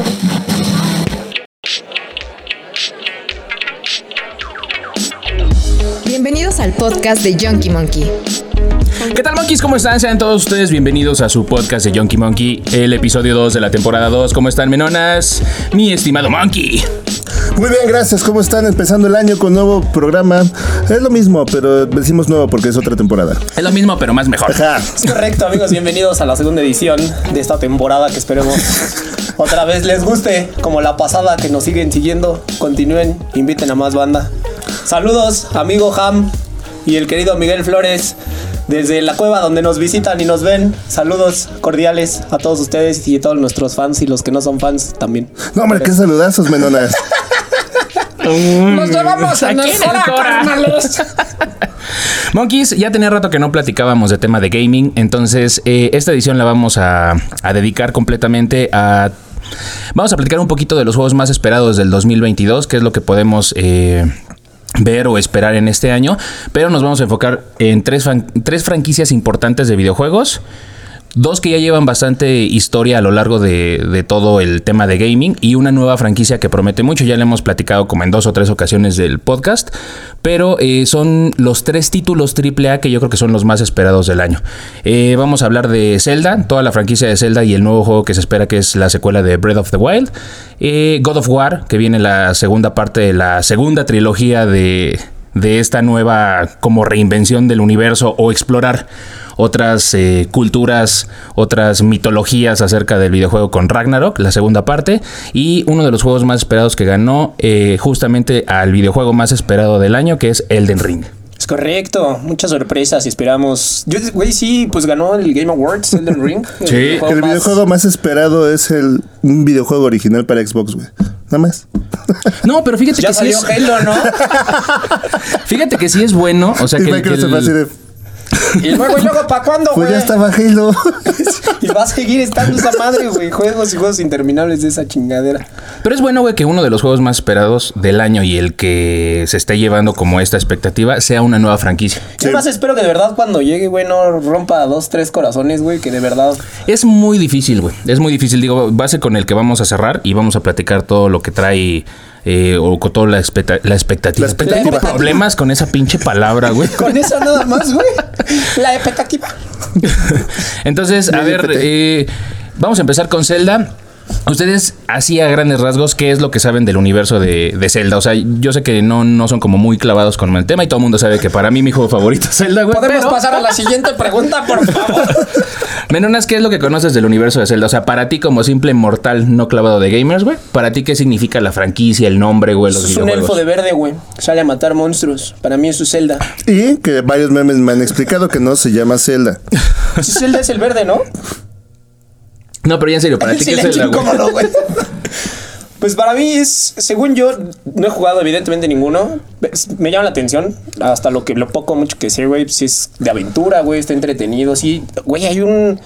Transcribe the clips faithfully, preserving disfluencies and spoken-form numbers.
Bienvenidos al podcast de Junkie Monkey. ¿Qué tal, monkeys? ¿Cómo están? Sean todos ustedes bienvenidos a su podcast de Junkie Monkey, el episodio dos de la temporada dos. ¿Cómo están, menonas? Mi estimado Monkey. Muy bien, gracias. ¿Cómo están? Empezando el año con nuevo programa. Es lo mismo, pero decimos nuevo porque es otra temporada. Es lo mismo, pero más mejor. Ajá. Es correcto, amigos. Bienvenidos a la segunda edición de esta temporada que esperemos otra vez les guste, como la pasada, que nos siguen siguiendo. Continúen, inviten a más banda. Saludos, amigo Ham y el querido Miguel Flores, desde la cueva donde nos visitan y nos ven. Saludos cordiales a todos ustedes y a todos nuestros fans y los que no son fans también. No, hombre, qué saludazos, menonas. Nos llevamos a nosotros, Monkeys, ya tenía rato que no platicábamos de tema de gaming, entonces eh, esta edición la vamos a, a dedicar completamente a... Vamos a platicar un poquito de los juegos más esperados del dos mil veintidós, que es lo que podemos... Eh, ver o esperar en este año, pero nos vamos a enfocar en tres, fran- tres franquicias importantes de videojuegos, dos que ya llevan bastante historia a lo largo de, de todo el tema de gaming y una nueva franquicia que promete mucho. Ya le hemos platicado como en dos o tres ocasiones del podcast, pero eh, son los tres títulos triple A que yo creo que son los más esperados del año. Eh, vamos a hablar de Zelda, toda la franquicia de Zelda y el nuevo juego que se espera, que es la secuela de Breath of the Wild. Eh, God of War, que viene la segunda parte de la segunda trilogía de, de esta nueva como reinvención del universo o explorar otras eh, culturas, otras mitologías acerca del videojuego con Ragnarok, la segunda parte, y uno de los juegos más esperados que ganó eh, justamente al videojuego más esperado del año, que es Elden Ring. Es correcto, muchas sorpresas y esperamos. Yo, güey, sí, pues ganó el Game Awards, Elden Ring. El Sí, videojuego El más- videojuego más esperado es el un videojuego original para Xbox, güey. Nada más. No, pero fíjate Ya que sí salió es, Halo, ¿no? fíjate que sí es bueno, o sea Y que, que Microsoft el- así de, Y luego, y luego, ¿para cuándo, güey? pues ya estaba Halo. Y va a seguir estando esa madre, güey. Juegos y juegos interminables de esa chingadera. Pero es bueno, güey, que uno de los juegos más esperados del año y el que se esté llevando como esta expectativa sea una nueva franquicia. Yo más espero que de verdad cuando llegue, güey, no rompa dos, tres corazones, güey, que de verdad... Es muy difícil, güey. Es muy difícil, digo, base con el que vamos a cerrar y vamos a platicar todo lo que trae eh, o con toda la, expecta- la expectativa. La expectativa. Tengo problemas con esa pinche palabra, güey. Con eso nada más, güey. La expectativa. Entonces, a ver, eh, vamos a empezar con Zelda. Ustedes, así a grandes rasgos, ¿qué es lo que saben del universo de, de Zelda? O sea, yo sé que no, no son como muy clavados con el tema y todo el mundo sabe que para mí mi juego favorito es Zelda, güey. ¿Podemos pero- pasar a la siguiente pregunta, por favor? Menonas, ¿qué es lo que conoces del universo de Zelda? O sea, para ti como simple mortal no clavado de gamers, güey, ¿para ti qué significa la franquicia, el nombre, güey, los Es un videojuegos? elfo de verde, güey. Sale a matar monstruos. Para mí eso es Zelda. Y que varios memes me han explicado que no se llama Zelda. Sí, Zelda es el verde, ¿no? No, pero ya en serio, ¿para ti qué es Silencio Zelda, güey? incómodo, güey. Pues para mí es, según yo, no he jugado evidentemente ninguno. Me llama la atención, hasta lo que lo poco mucho que sé, güey, si es de aventura, güey, está entretenido, sí. Güey, hay un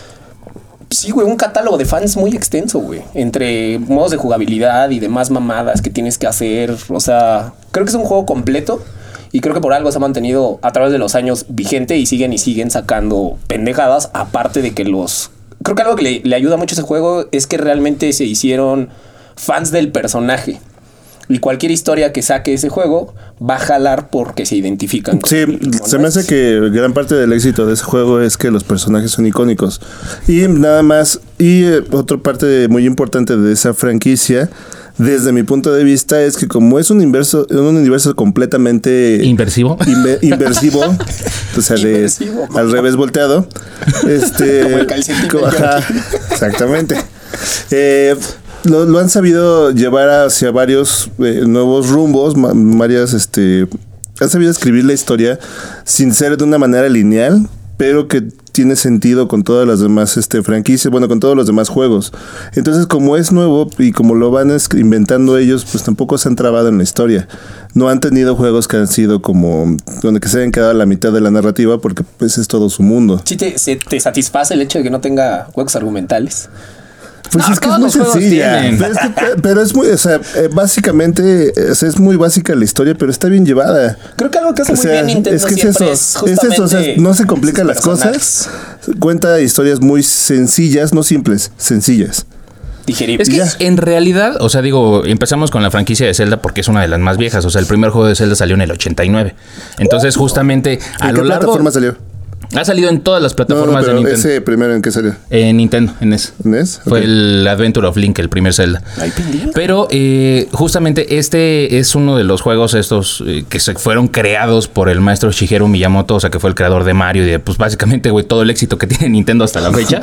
sí, güey, un catálogo de fans muy extenso, güey, entre modos de jugabilidad y demás mamadas que tienes que hacer. O sea, creo que es un juego completo. Y creo que por algo se ha mantenido a través de los años vigente y siguen y siguen sacando pendejadas. Aparte de que los... Creo que algo que le, le ayuda mucho a ese juego es que realmente se hicieron fans del personaje. Y cualquier historia que saque ese juego va a jalar porque se identifican con Sí, el mismo, se ¿no? me hace que gran parte del éxito de ese juego es que los personajes son icónicos. Y nada más, y eh, otra parte muy importante de esa franquicia, desde mi punto de vista, es que como es un universo, un universo completamente ¿Inversivo? inve- inversivo, o sea, de, Inversivo. al revés volteado, este, Como el calcetín co- del ajá, exactamente. Eh, lo, lo han sabido llevar hacia varios eh, nuevos rumbos, ma- varias, este, han sabido escribir la historia sin ser de una manera lineal, pero que tiene sentido con todas las demás este, franquicias, bueno, con todos los demás juegos. Entonces, como es nuevo y como lo van es- inventando ellos, pues tampoco se han trabado en la historia. No han tenido juegos que han sido como, donde que se hayan quedado a la mitad de la narrativa, porque pues es todo su mundo. Sí te, se- te satisface el hecho de que no tenga juegos argumentales. Pues No, es que es todos muy los juegos sencilla. tienen. Pero es, que- pero es muy, o sea, eh, básicamente o sea, es muy básica la historia, pero está bien llevada. Creo que algo que hace O muy sea, bien Nintendo es que es siempre eso, es es eso, o sea, justamente no se complican sus las cosas, personajes. cuenta historias muy sencillas, no simples, sencillas. digerible. Es que en realidad, o sea, digo, empezamos con la franquicia de Zelda porque es una de las más viejas. O sea, el primer juego de Zelda salió en el ochenta y nueve. Entonces, justamente a ¿En lo qué largo... plataforma salió? Ha salido en todas las plataformas no, no, pero de Nintendo. ¿ese primero en qué salió? En Nintendo, en NES. ¿NES? Fue Ok. el Adventure of Link, el primer Zelda. Ay, pendiente. Pero eh, justamente este es uno de los juegos estos eh, que se fueron creados por el maestro Shigeru Miyamoto, o sea, que fue el creador de Mario y de, pues básicamente, güey, todo el éxito que tiene Nintendo hasta la fecha.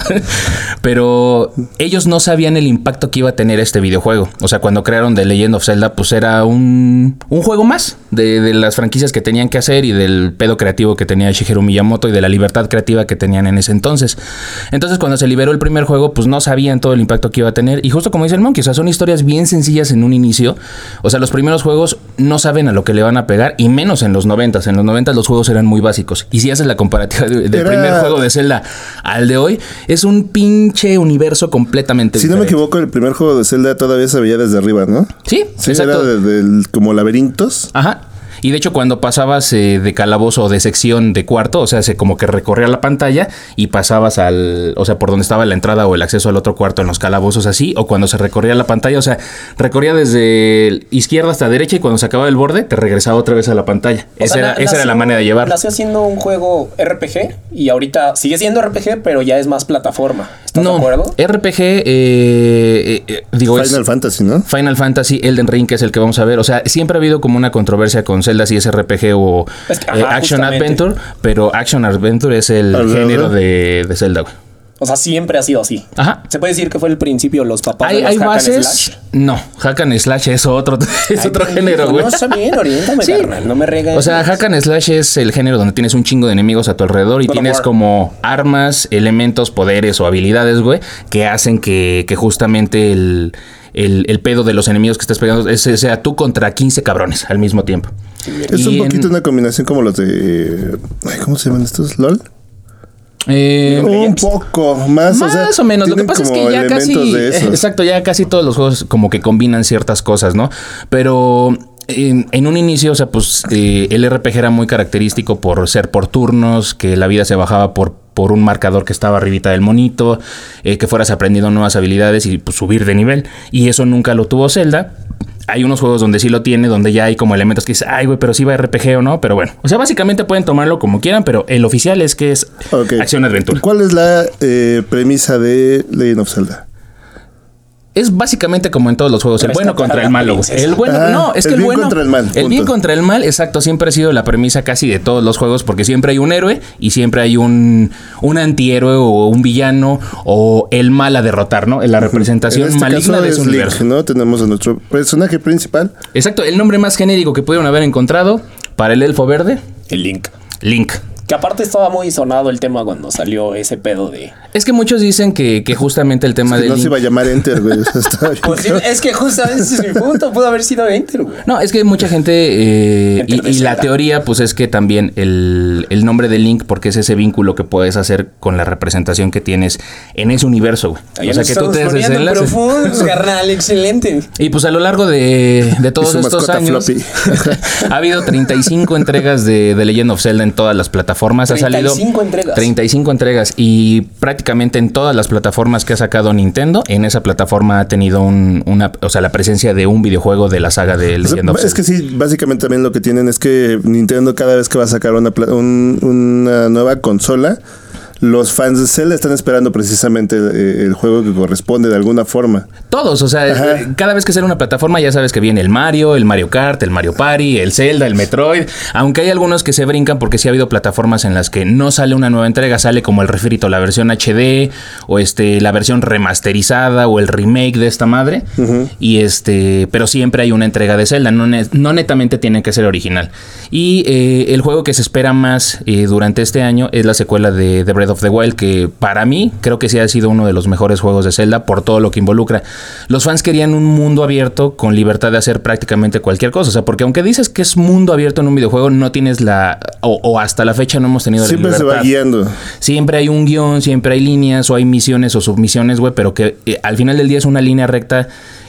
Pero ellos no sabían el impacto que iba a tener este videojuego. O sea, cuando crearon The Legend of Zelda, pues era un, un juego más de, de las franquicias que tenían que hacer y del pedo creativo que tenía Shigeru Miyamoto y de la libertad creativa que tenían en ese entonces. Entonces, cuando se liberó el primer juego, pues no sabían todo el impacto que iba a tener. Y justo como dice el Monkey, o sea, son historias bien sencillas en un inicio. O sea, los primeros juegos no saben a lo que le van a pegar, y menos en los noventas. En los noventas los juegos eran muy básicos. Y si haces la comparativa de, del Era... primer juego de Zelda al de hoy, es un pinche universo completamente Si diferente. no me equivoco, el primer juego de Zelda todavía se veía desde arriba, ¿no? Sí, Sí, exacto. era de, de- como laberintos. Ajá. Y de hecho, cuando pasabas eh, de calabozo o de sección de cuarto, o sea, se como que recorría la pantalla y pasabas al, o sea, por donde estaba la entrada o el acceso al otro cuarto en los calabozos así, o cuando se recorría la pantalla, o sea, recorría desde izquierda hasta derecha y cuando se acababa el borde, te regresaba otra vez a la pantalla. O Esa, sea, era, na- esa era nació- la manera de llevarlo. Nació siendo un juego R P G y ahorita sigue siendo R P G, pero ya es más plataforma. ¿Estás No, de acuerdo? R P G, eh, eh, eh, digo, Final es Fantasy, ¿no? Final Fantasy, Elden Ring, que es el que vamos a ver. O sea, siempre ha habido como una controversia con Zelda si es R P G o Es que, eh, ajá, Action justamente. Adventure, pero Action Adventure es el ¿Alrededor? género de, de Zelda, güey. O sea, siempre ha sido así. Ajá. Se puede decir que fue el principio los papás ¿Hay, de los hay hack and bases? slash. No, Hack and Slash es otro, es Ay, otro pendejo, género, güey. No, está bien, oriéntame, Sí. carnal. No me regañes. O sea, Hack and Slash es el género donde tienes un chingo de enemigos a tu alrededor y God of tienes War. como armas, elementos, poderes o habilidades, güey, que hacen que, que justamente el, el, el pedo de los enemigos que estás pegando es, sea tú contra quince cabrones al mismo tiempo. Es Y un en- poquito una combinación como los de... ay, ¿cómo se llaman estos? ¿LOL? Eh, Un poco más, Más o, sea, o menos. Lo que tienen pasa es como que ya casi. elementos de eso. Exacto, ya casi todos los juegos como que combinan ciertas cosas, ¿no? Pero. En, en un inicio, o sea, pues eh, el R P G era muy característico por ser por turnos, que la vida se bajaba por, por un marcador que estaba arribita del monito, eh, que fueras aprendiendo nuevas habilidades y pues, subir de nivel. Y eso nunca lo tuvo Zelda. Hay unos juegos donde sí lo tiene, donde ya hay como elementos que dices, ay, güey, pero sí va R P G o no, pero bueno. O sea, básicamente pueden tomarlo como quieran, pero el oficial es que es Ok. acción-aventura. ¿Cuál es la eh, premisa de Legend of Zelda? Es básicamente como en todos los juegos, el bueno Rescatar contra a el la malo. güey. princesa. El bueno, Ah, no, es el que el bien bueno contra el mal, El bien punto. contra el mal, exacto, siempre ha sido la premisa casi de todos los juegos porque siempre hay un héroe y siempre hay un un antihéroe o un villano o el mal a derrotar, ¿no? La representación En este maligna caso de es ese Link, universo. ¿no? Tenemos a nuestro personaje principal. Exacto, el nombre más genérico que pudieron haber encontrado para el elfo verde, El Link. Link. Que aparte estaba muy sonado el tema cuando salió ese pedo de... Es que muchos dicen que, que justamente el tema Que de no Link... se iba a llamar Enter, güey. O sea, está bien. Pues sí, es que justamente ese es mi punto. Pudo haber sido Enter, güey. No, es que mucha gente eh, Enter y, de y la Zelda. teoría pues es que también el, el nombre de Link porque es ese vínculo que puedes hacer con la representación que tienes en ese universo, güey. Ya O sea nos que tú estamos te haces poniendo enlace. profundos, carnal. Excelente. Y pues a lo largo de, de todos Y su estos mascota años Floppy. ha habido treinta y cinco entregas de, de Legend of Zelda en todas las plataformas. Ha salido treinta y cinco entregas. treinta y cinco entregas y prácticamente en todas las plataformas que ha sacado Nintendo, en esa plataforma ha tenido un, una, o sea, la presencia de un videojuego de la saga de O sea, Legend of es Zelda. que sí, básicamente también lo que tienen es que Nintendo cada vez que va a sacar una, pla- un- una nueva consola, los fans de Zelda están esperando precisamente eh, el juego que corresponde de alguna forma. Todos, o sea, Ajá. eh, cada vez que sale una plataforma ya sabes que viene el Mario, el Mario Kart, el Mario Party, el Zelda, el Metroid, aunque hay algunos que se brincan porque sí ha habido plataformas en las que no sale una nueva entrega, sale como el refrito, la versión H D o este la versión remasterizada o el remake de esta madre y este, pero siempre hay una entrega de Zelda, no, ne- no netamente tiene que ser original. Y eh, el juego que se espera más eh, durante este año es la secuela de, de Breath of the Wild, que para mí creo que sí ha sido uno de los mejores juegos de Zelda por todo lo que involucra. Los fans querían un mundo abierto con libertad de hacer prácticamente cualquier cosa, o sea, porque aunque dices que es mundo abierto en un videojuego, no tienes la, o, o hasta la fecha no hemos tenido la Siempre se libertad. va guiando. Siempre hay un guión, siempre hay líneas o hay misiones o submisiones, güey, pero que eh, al final del día es una línea recta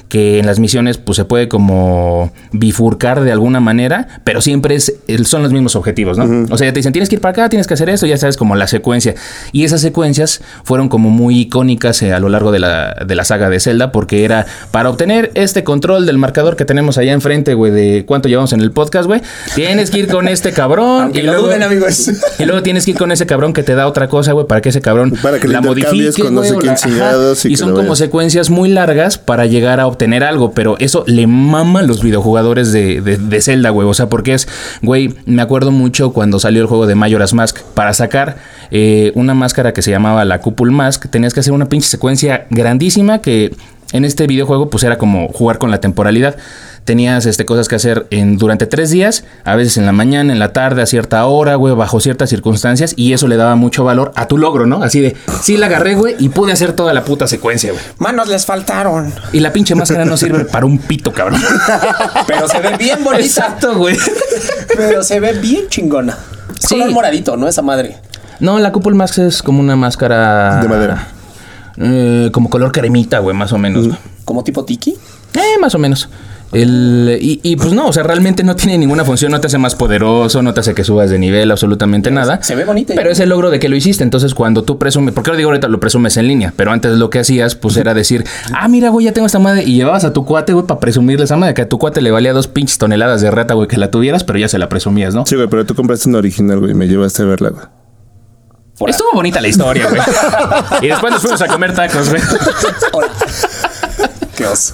que en las misiones pues se puede como bifurcar de alguna manera, pero siempre es, son los mismos objetivos, ¿no? Uh-huh. O sea, ya te dicen, tienes que ir para acá, tienes que hacer esto, ya sabes como la secuencia. Y esas secuencias fueron como muy icónicas eh, a lo largo de la, de la saga de Zelda, porque era para obtener este control del marcador que tenemos allá enfrente, güey, de cuánto llevamos en el podcast, güey, tienes que ir con este cabrón. Y, y, luego, duden, amigos. y luego tienes que ir con ese cabrón que te da otra cosa, güey, para que ese cabrón para que la modifique, con no sé quién chingados. Y, y son como secuencias muy largas para llegar a obtener algo, pero eso le mama a los videojugadores de, de, de Zelda, güey. O sea, porque es, güey, me acuerdo mucho cuando salió el juego de Majora's Mask. Para sacar eh, una máscara que se llamaba la Cupul Mask, tenías que hacer una pinche secuencia grandísima que en este videojuego pues era como jugar con la temporalidad. Tenías este, cosas que hacer en, durante tres días, a veces en la mañana, en la tarde, a cierta hora, güey, bajo ciertas circunstancias, y eso le daba mucho valor a tu logro, ¿no? Así de, sí la agarré, güey, y pude hacer toda la puta secuencia, güey. Manos les faltaron. Y la pinche máscara no sirve para un pito, cabrón. Pero se ve bien bonita. Exacto, güey. Pero se ve bien chingona. Es Sí. color moradito, ¿no? Esa madre. No, la Cupul Mask es como una máscara... De madera. Eh, como color cremita, güey, más o menos. Mm. ¿Como tipo tiki? Eh, más o menos. El, y, y pues no, o sea, realmente no tiene ninguna función, no te hace más poderoso, no te hace que subas de nivel, absolutamente nada. Se ve bonita. Pero es el logro de que lo hiciste. Entonces, cuando tú presumes, porque ahora digo ahorita lo presumes en línea, pero antes lo que hacías, pues era decir, ah, mira, güey, ya tengo esta madre. Y llevabas a tu cuate, güey, para presumirle esa madre, que a tu cuate le valía dos pinches toneladas de rata, güey, que la tuvieras, pero ya se la presumías, ¿no? Sí, güey, pero tú compraste una original, güey, y me llevaste a verla, güey. Hola. Estuvo bonita la historia, güey. Y después nos fuimos a comer tacos, güey. Hola. Qué oso.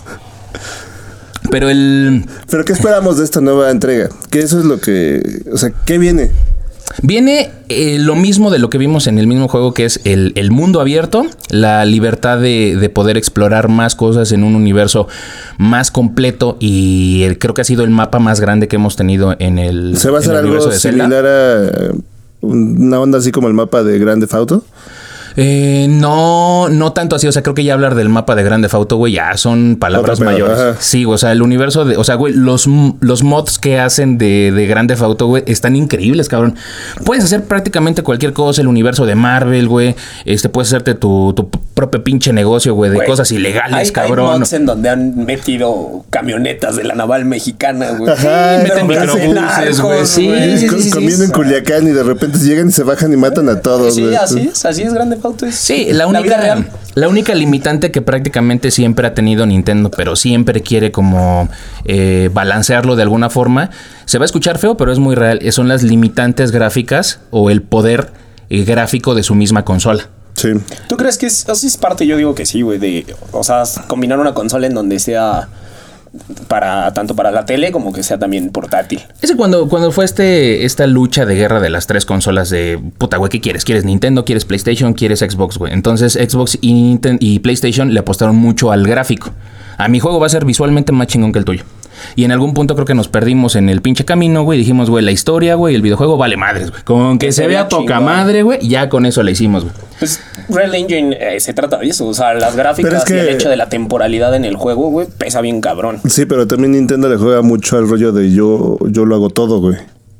Pero el... ¿Pero qué esperamos de esta nueva entrega? Que eso es lo que... O sea, ¿qué viene? Viene eh, lo mismo de lo que vimos en el mismo juego, que es el, el mundo abierto, la libertad de, de poder explorar más cosas en un universo más completo, y el, creo que ha sido el mapa más grande que hemos tenido en el, ¿Se va a hacer algo similar a una onda así como el mapa de Grand Theft Auto? Eh, no, no tanto así. O sea, creo que ya hablar del mapa de Grand Theft Auto, güey, ya son palabras Otra, mayores. ajá. Sí, o sea, el universo de... O sea, güey, los, los mods que hacen de, de Grand Theft Auto, güey, están increíbles, cabrón. Puedes hacer prácticamente cualquier cosa. El universo de Marvel, güey. Este, puedes hacerte tu, tu propio pinche negocio, güey, de Güey, cosas ilegales, hay, cabrón. Hay mods en donde han metido camionetas de la naval mexicana, güey. Ajá, Sí, meten no, microbuses, güey. Sí, güey, sí, co- sí, sí, comiendo sí. en Culiacán y de repente llegan y se bajan y matan a todos, Sí, güey. así es, así es Grand Theft Auto. Es Sí, la vida única, real. la única limitante que prácticamente siempre ha tenido Nintendo, pero siempre quiere como eh, balancearlo de alguna forma. Se va a escuchar feo, pero es muy real. Son las limitantes gráficas o el poder eh, gráfico de su misma consola. Sí. ¿Tú crees que es, así es parte? Yo digo que sí, güey, de, o sea, combinar una consola en donde sea para tanto para la tele como que sea también portátil. Ese cuando, cuando fue este esta lucha de guerra de las tres consolas de puta, güey, ¿qué quieres? ¿Quieres Nintendo? ¿Quieres PlayStation? ¿Quieres Xbox, güey? Entonces Xbox y, Ninten- y PlayStation le apostaron mucho al gráfico. A mi juego va a ser visualmente más chingón que el tuyo. Y en algún punto creo que nos perdimos en el pinche camino, güey. Dijimos, güey, la historia, güey, el videojuego vale madres, güey. Con que Que se se vea vea poca chingón. madre, güey, ya con eso la hicimos, güey. Pues Real Engine eh, se trata de eso, o sea, las gráficas Pero es que- y el hecho de la temporalidad en el juego, güey, pesa bien cabrón. Sí, pero también Nintendo le juega mucho al rollo de yo, yo lo hago todo, güey.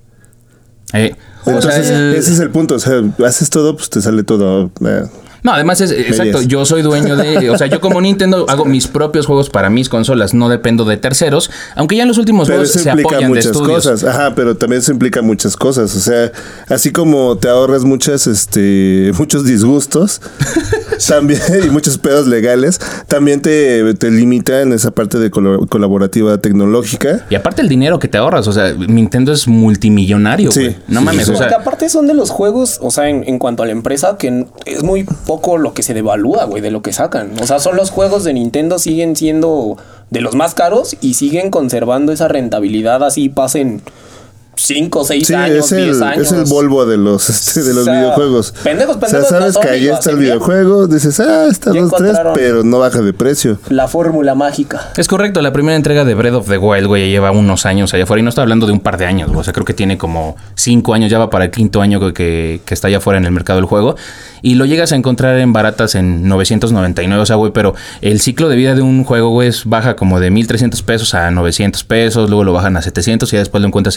Eh, o sea, Entonces, el- ese es el punto. O sea, haces todo, pues te sale todo. eh. No, además es exacto, Medias. yo soy dueño de, o sea, yo como Nintendo hago mis propios juegos para mis consolas, no dependo de terceros, aunque ya en los últimos Pero juegos eso se implica apoyan de muchas estudios. cosas. Ajá, pero también eso implica muchas cosas. O sea, así como te ahorras muchas, este, muchos disgustos, también, y muchos pedos legales, también te, te limita en esa parte de colo- colaborativa tecnológica. Y aparte el dinero que te ahorras, o sea, Nintendo es multimillonario, Sí, güey. No sí, mames, sí, o sí. sea, Porque aparte son de los juegos, o sea, en, en cuanto a la empresa, que es muy poco lo que se devalúa, güey, de lo que sacan. O sea, son los juegos de Nintendo, siguen siendo de los más caros y siguen conservando esa rentabilidad, así pasen cinco, seis Sí, años, es el, diez años. es el Volvo de los, este, de los O sea, videojuegos. pendejos, pendejos O sea, sabes no son, que ahí y lo está el hacen bien. videojuego, dices, ah, está Ya dos, tres, encontraron. pero no baja de precio. La fórmula mágica. es correcto, la primera entrega de Breath of the Wild, güey, ya lleva unos años allá afuera y no estoy hablando de un par de años, güey. O sea, creo que tiene como cinco años, ya va para el quinto año que, que, que está allá afuera en el mercado del juego. Y lo llegas a encontrar en baratas en novecientos noventa y nueve, o sea, güey, pero el ciclo de vida de un juego, güey, es- baja como de mil trescientos pesos a novecientos pesos, luego lo bajan a setecientos y ya después lo encuentras en catálogo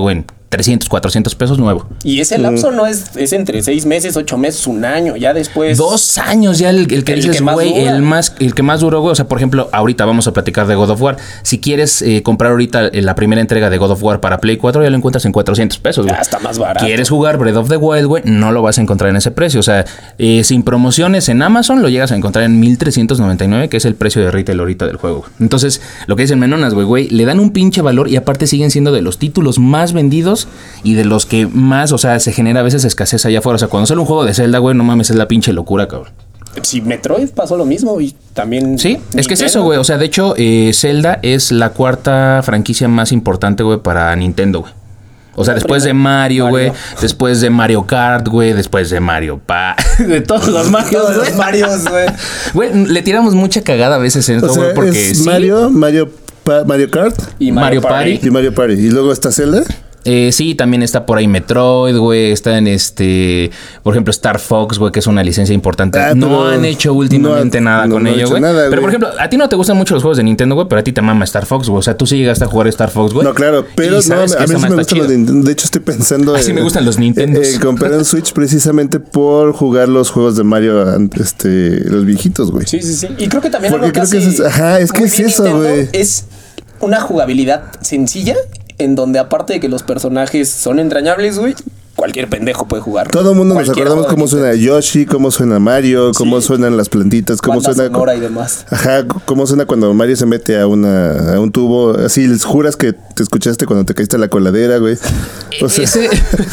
güey, en trescientos, cuatrocientos pesos nuevo. Y ese lapso mm. no es, es entre seis meses, ocho meses, un año, ya después. Dos años ya el, el que el dices, güey, el más, el que más duró, güey. O sea, por ejemplo, ahorita vamos a platicar de God of War. Si quieres eh, comprar ahorita la primera entrega de God of War para Play cuatro, ya lo encuentras en cuatrocientos pesos, güey. Ya está más barato. ¿Quieres jugar Breath of the Wild, güey? No lo vas a encontrar en ese precio. O sea, eh, sin promociones en Amazon lo llegas a encontrar en mil trescientos noventa y nueve, que es el precio de retail ahorita del juego. Entonces, lo que dicen Menonas, güey, güey, le dan un pinche valor y aparte siguen siendo de los títulos más vendidos y de los que más, o sea, se genera a veces escasez allá afuera. O sea, cuando sale un juego de Zelda, güey, no mames, es la pinche locura, cabrón. Si Metroid pasó lo mismo y también... Sí, Nintendo. Es que es eso, güey. O sea, de hecho, eh, Zelda es la cuarta franquicia más importante, güey, para Nintendo, güey. O sea, después de Mario, güey, después de Mario Kart, güey, después de Mario Pa... de todos los Marios, todos los Marios, güey. Güey, le tiramos mucha cagada a veces en esto, güey, porque es sí. Mario, Mario, pa, Mario Kart y Mario, Mario Party. Party. Y Mario Party. Y luego está Zelda. Eh, sí, también está por ahí Metroid, güey. Está en este, por ejemplo, Star Fox, güey, que es una licencia importante. Ah, no han hecho últimamente no, nada no, con no ello, güey. Pero, por ejemplo, a ti no te gustan mucho los juegos de Nintendo, güey, pero a ti te mama Star Fox, güey. O sea, tú sí llegaste a jugar Star Fox, güey. No, claro, pero no, a mí sí me gustan los Nintendo. De hecho, estoy pensando Así en, me gustan los Nintendo. En, en comprar un Switch precisamente por jugar los juegos de Mario, este, los viejitos, güey. Sí, sí, sí. Y creo que también Porque creo que es, ajá, es que es eso, güey. Es una jugabilidad sencilla, en donde aparte de que los personajes son entrañables, güey, cualquier pendejo puede jugar. Todo el mundo nos acordamos cómo suena Yoshi, cómo suena Mario, cómo sí. suenan las plantitas, cómo Banda suena sonora y demás. Ajá, cómo suena cuando Mario se mete a una a un tubo, así les juras que te escuchaste cuando te caíste a la coladera, güey. O sea, ese...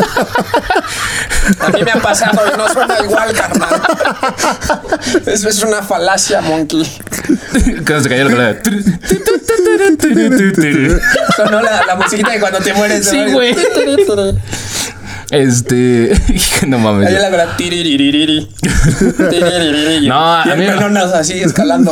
a mí me ha pasado y no suena igual, carnal. Eso es una falacia, Monkey. Cuando se cayó la coladera. Sonó la, la musiquita de cuando te mueres. Sí, güey. Este. No mames. Ahí la verdad. Tiriririri. No, a mí. Menonas así escalando.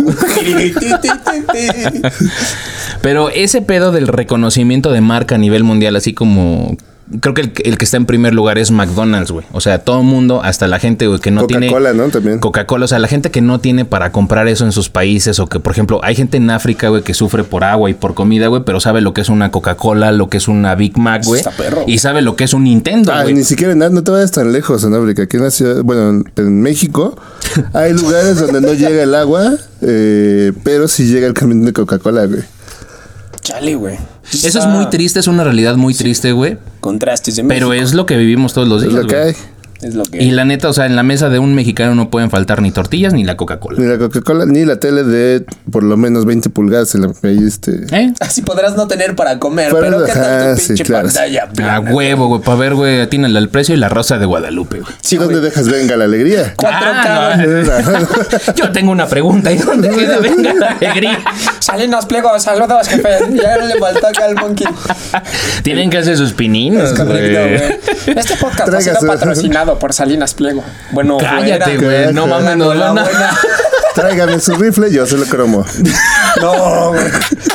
Pero ese pedo del reconocimiento de marca a nivel mundial, así como. Creo que el, el que está en primer lugar es McDonald's, güey. O sea, todo el mundo, hasta la gente, güey, que no Coca-Cola, tiene... Coca-Cola, ¿no? También. Coca-Cola, o sea, la gente que no tiene para comprar eso en sus países o que, por ejemplo, hay gente en África, güey, que sufre por agua y por comida, güey, pero sabe lo que es una Coca-Cola, lo que es una Big Mac, güey. Está perro. Y sabe lo que es un Nintendo, ah, güey. Ni siquiera, no, no te vayas tan lejos en África. Aquí en la ciudad, bueno, en, en México hay lugares donde no llega el agua, eh, pero sí llega el camión de Coca-Cola, güey. Chale, güey. Eso es muy triste, es una realidad muy sí. triste, güey. Contrastes de Pero México. Es lo que vivimos todos los días, es lo que hay. Es lo que y la neta, o sea, en la mesa de un mexicano no pueden faltar ni tortillas ni la Coca-Cola. Ni la Coca-Cola, ni la tele de por lo menos veinte pulgadas. En la, ahí este... ¿Eh? Así podrás no tener para comer, para pero ¿qué tal tu sí, pinche claro. pantalla? A huevo, güey, para ver, güey, atínale al precio y la Rosa de Guadalupe, güey. Sí, ¿dónde dejas Venga la Alegría? cuatro K. Ah, no. Yo tengo una pregunta, ¿y dónde queda Venga la Alegría? Salinas Pliego, saludos, jefe. Ya no le faltó acá al Monkey. Tienen que hacer sus pininos, es correcto, güey. güey. Este podcast Tráigase. ha sido patrocinado por Salinas Pliego. Bueno, cállate, güey. No mames, no van a... Tráigame su rifle, yo se lo cromo. No, güey.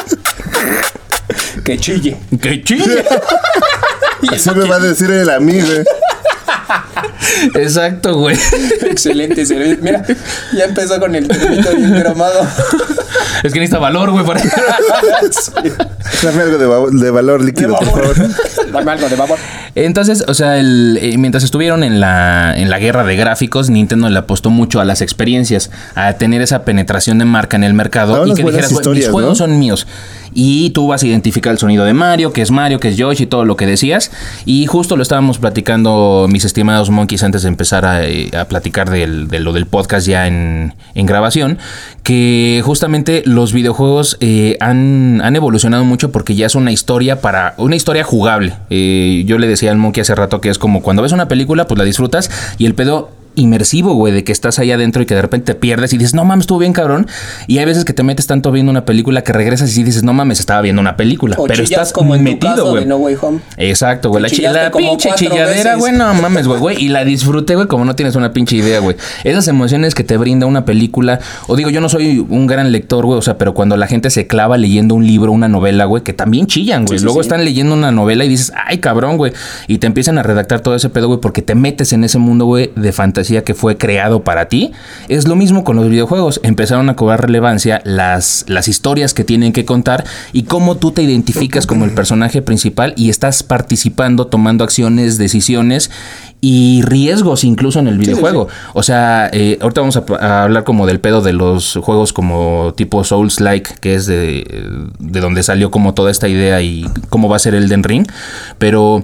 Que chille. Que chille. Así me va a decir el amigo, güey. Exacto, güey. Excelente servicio. Mira, ya empezó con el termito bien cromado. Es que necesita valor, güey, para... Sí. Dame algo de, va- de valor líquido, de por favor. Dame algo de vapor. Entonces, o sea, el, eh, mientras estuvieron en la, en la guerra de gráficos, Nintendo le apostó mucho a las experiencias, a tener esa penetración de marca en el mercado. Daban Y que buenas dijeras, güey, mis historias, juegos ¿no? son míos. Y tú vas a identificar el sonido de Mario, que es Mario, que es Yoshi, todo lo que decías. Y justo lo estábamos platicando, mis estimados monkeys, antes de empezar a, a platicar del, de lo del podcast ya en, en grabación, que justamente los videojuegos eh, han, han evolucionado mucho porque ya es una historia para una historia jugable. Eh, yo le decía al monkey hace rato que es como cuando ves una película, pues la disfrutas y el pedo inmersivo, güey, de que estás ahí adentro y que de repente te pierdes y dices, no mames, estuvo bien cabrón. Y hay veces que te metes tanto viendo una película que regresas y dices, no mames, estaba viendo una película. O pero estás como en metido, güey. No Way Home. Exacto, güey. La, chi- la pinche cuatro chilladera, veces. güey, no mames, güey, güey. Y la disfruté, güey, como no tienes una pinche idea, güey. Esas emociones que te brinda una película. O digo, yo no soy un gran lector, güey, o sea, pero cuando la gente se clava leyendo un libro, una novela, güey, que también chillan, güey. Sí, sí, Luego sí. están leyendo una novela y dices, ay, cabrón, güey. Y te empiezan a redactar todo ese pedo, güey, porque te metes en ese mundo, güey, de fantasía fantasía que fue creado para ti. Es lo mismo con los videojuegos. Empezaron a cobrar relevancia las, las historias que tienen que contar y cómo tú te identificas como el personaje principal y estás participando, tomando acciones, decisiones y riesgos incluso en el videojuego. Sí, sí, sí. O sea, eh, ahorita vamos a, a hablar como del pedo de los juegos como tipo Souls-like, que es de, de donde salió como toda esta idea y cómo va a ser Elden Ring. Pero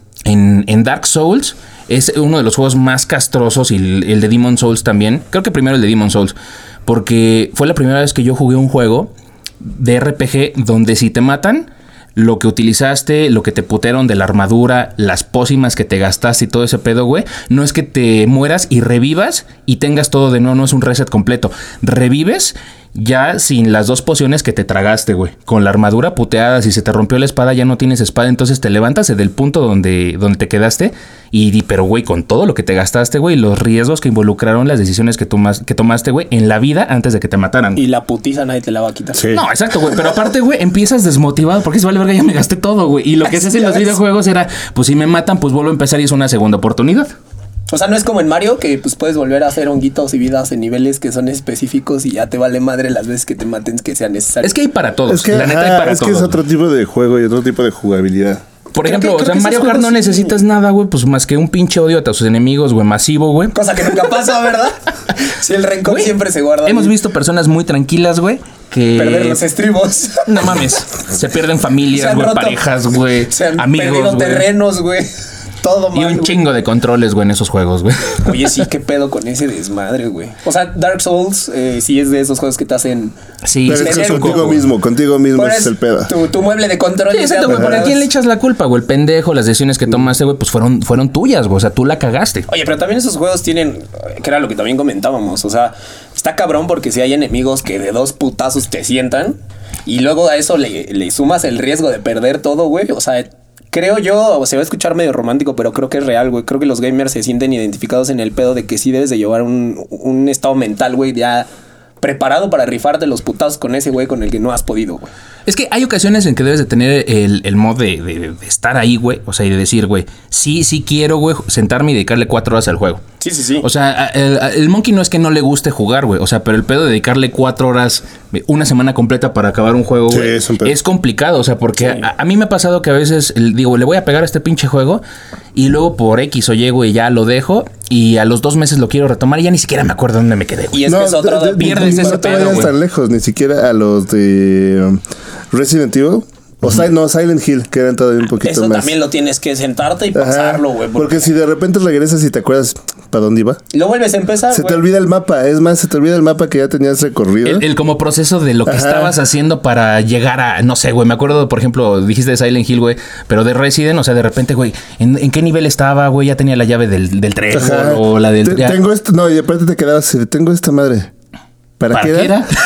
en, en Dark Souls es uno de los juegos más castrosos y el, el de Demon Souls también. Creo que primero el de Demon Souls, porque fue la primera vez que yo jugué un juego de R P G donde si te matan, lo que utilizaste, lo que te putearon de la armadura, las pócimas que te gastaste y todo ese pedo, güey, no es que te mueras y revivas y tengas todo de nuevo, no es un reset completo. Revives ya sin las dos pociones que te tragaste, güey. Con la armadura puteada, si se te rompió la espada, ya no tienes espada, entonces te levantas del punto donde, donde te quedaste y, pero, güey, con todo lo que te gastaste, güey, los riesgos que involucraron las decisiones que, tomas, que tomaste, güey, en la vida antes de que te mataran. Y la putiza nadie te la va a quitar. Sí. No, exacto, güey, pero aparte, güey, empiezas desmotivado porque se vale verga, ya me gasté todo, güey. Y lo que se hace en los videojuegos era, pues si me matan, pues vuelvo a empezar y es una segunda oportunidad. O sea, no es como en Mario que pues puedes volver a hacer honguitos y vidas en niveles que son específicos y ya te vale madre las veces que te maten que sea necesario. Es que hay para todos. Es que, la neta ajá, hay para es todos. que es otro tipo de juego y otro tipo de jugabilidad. Por Creo ejemplo, que- o sea, creo que Mario esos Kart no juegos- necesitas nada, güey, pues más que un pinche odio a tus enemigos, güey, masivo, güey. Cosa que nunca pasa, ¿verdad? Si el rencor Güey, siempre se guarda. Hemos ahí. visto personas muy tranquilas, güey, que... Perder los estribos. No mames, se pierden Se familias, han güey, roto- parejas, güey, Se han amigos, perdido güey. terrenos, güey. Todo mal. Y un güey. chingo de controles, güey, en esos juegos, güey. Oye, sí, qué pedo con ese desmadre, güey. O sea, Dark Souls eh, sí es de esos juegos que te hacen... Sí, Pero sí, es sí, que es un contigo poco. mismo, contigo mismo Pones es el pedo. Tu, tu mueble de control. Sí, y exacto, sea, güey, ¿para ¿verdad? quién le echas la culpa, güey? El pendejo, las decisiones que tomaste, güey, pues fueron, fueron tuyas, güey, o sea, tú la cagaste. Oye, pero también esos juegos tienen, que era lo que también comentábamos, o sea, está cabrón porque si hay enemigos que de dos putazos te sientan y luego a eso le, le sumas el riesgo de perder todo, güey, o sea, creo yo, o se va a escuchar medio romántico, pero creo que es real, güey, creo que los gamers se sienten identificados en el pedo de que sí debes de llevar un, un estado mental, güey, ya preparado para rifarte los putazos con ese güey con el que no has podido, güey. Es que hay ocasiones en que debes de tener el, el mod de, de- de estar ahí, güey. O sea, y de decir, güey, sí, sí quiero, güey, sentarme y dedicarle cuatro horas al juego. Sí, sí, sí. O sea, el, el Monkey no es que no le guste jugar, güey. O sea, pero el pedo de dedicarle cuatro horas, una semana completa para acabar un juego, Sí, güey, es un pedo. es complicado. O sea, porque Sí. a, a mí me ha pasado que a veces el- digo, le voy a pegar a este pinche juego y luego por X o Y, güey, ya lo dejo y a los dos meses lo quiero retomar y ya ni siquiera me acuerdo dónde me quedé, güey. Y es que es otro de- de, de- pierdes no ese te pedo, vayas güey. tan lejos, ni siquiera a los de um, Resident Evil. O sea, no, Silent Hill, que eran todavía un poquito Eso más. también lo tienes que sentarte y Ajá, pasarlo, güey. porque si de repente regresas y te acuerdas para dónde iba, Lo vuelves a empezar, se güey. te olvida el mapa. Es más, se te olvida el mapa que ya tenías recorrido. El, el como proceso de lo que Ajá. estabas haciendo para llegar a, no sé, güey, me acuerdo, por ejemplo, dijiste de Silent Hill, güey, pero de Resident, o sea, de repente, güey, ¿en, en qué nivel estaba, güey? Ya tenía la llave del, del tren Ajá. o la del... Te- ya- tengo esto, no, y aparte te quedabas así, tengo esta madre. ¿Para, ¿Para qué qué era? era?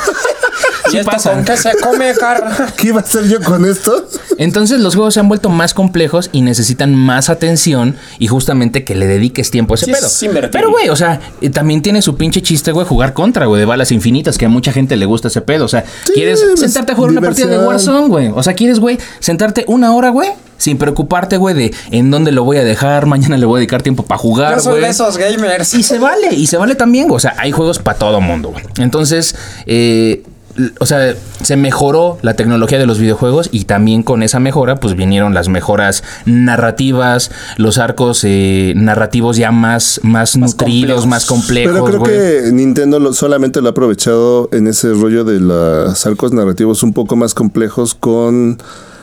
¿Y Sí esto pasa. con qué se come, carnal? ¿Qué iba a hacer yo con esto? Entonces los juegos se han vuelto más complejos y necesitan más atención y justamente que le dediques tiempo a ese Sí, pedo. es invertir. Pero, güey, o sea, eh, también tiene su pinche chiste, güey, jugar contra, güey, de balas infinitas, que a mucha gente le gusta ese pedo. O sea, Sí, quieres pues, sentarte a jugar una partida de diversión. Warzone, güey. O sea, quieres, güey, sentarte una hora, güey, sin preocuparte, güey, de en dónde lo voy a dejar, mañana le voy a dedicar tiempo para jugar, Yo soy güey. de esos gamers. Y se vale, y se vale también, güey. O sea, hay juegos para todo mundo, güey. Entonces, eh, l- o sea, se mejoró la tecnología de los videojuegos y también con esa mejora, pues vinieron las mejoras narrativas, los arcos eh, narrativos ya más, más, nutridos, complejos. más complejos, Pero creo güey. que Nintendo lo- solamente lo ha aprovechado en ese rollo de los arcos narrativos un poco más complejos con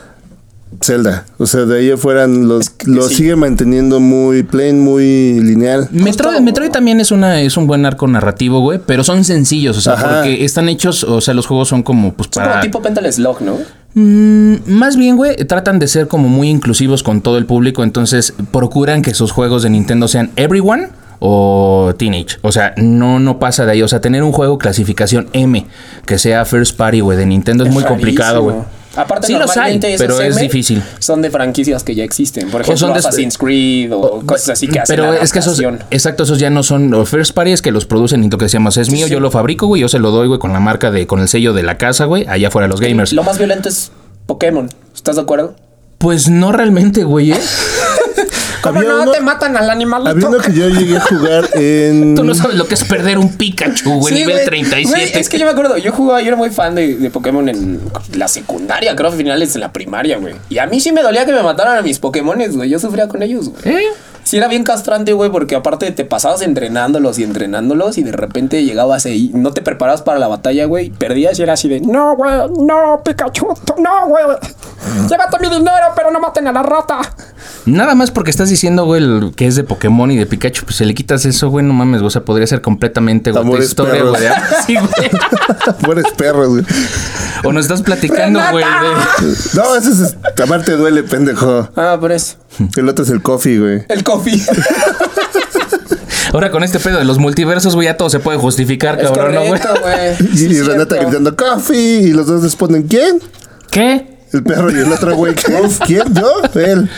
Zelda. O sea, de ahí afuera lo, Es que lo sí. sigue manteniendo muy plain, muy lineal. Metroid, Justo- Metroid también es una es un buen arco narrativo, güey, pero son sencillos, o sea, Ajá. porque están hechos, o sea, los juegos son como pues Son para como tipo Pental Slug, ¿no? Mm, más bien, güey, tratan de ser como muy inclusivos con todo el público, entonces procuran que sus juegos de Nintendo sean everyone o teenage. O sea, no, no pasa de ahí. O sea, tener un juego clasificación M que sea first party, güey, de Nintendo es, muy rarísimo. complicado, güey. Aparte, Sí los hay, normalmente esos pero es M difícil. Son de franquicias que ya existen. Por ejemplo, son de- Assassin's Creed o, cosas así que hacen Pero la es que esos, adaptación. exacto, esos ya no son los first party, es que los producen y lo que decíamos es mío, sí. yo lo fabrico, güey, yo se lo doy, güey, con la marca de, con el sello de la casa, güey, allá fuera los gamers. Lo más violento es Pokémon. ¿Estás de acuerdo? Pues no realmente, güey, ¿eh? ¿Cómo Había no uno- te matan al animalito? Había uno que yo llegué a jugar en... Tú no sabes lo que es perder un Pikachu, güey, Sí, nivel güey. treinta y Güey, siete. es que yo me acuerdo, yo jugaba, yo era muy fan de, de Pokémon en la secundaria, creo que finales de la primaria, güey. Y a mí sí me dolía que me mataran a mis Pokémones, güey. Yo sufría con ellos, güey. ¿Eh? Sí, era bien castrante, güey, porque aparte te pasabas entrenándolos y entrenándolos y de repente llegabas ahí, no te preparabas para la batalla, güey, perdías y era así de, no, güey, no, Pikachu, no, güey, llévate mi dinero, pero no maten a la rata. Nada más porque estás diciendo, güey, el- que es de Pokémon y de Pikachu, pues si le quitas eso, güey, no mames, güey, o sea, podría ser completamente, güey, tu Amores historia, perros. güey. de- Sí, güey. Buenos perros, güey. O nos estás platicando, güey, de... No, ese es... Amarte duele, pendejo. Ah, por eso. El otro es el coffee, güey. El coffee. Ahora con este pedo de los multiversos, güey, ya todo se puede justificar, Es cabrón, ¿no, güey? correcto, güey. Y, Sí, y es Renata cierto. gritando coffee y los dos responden ¿quién? ¿Qué? El perro y el otro güey ¿quién? ¿Quién? ¿Yo? Él.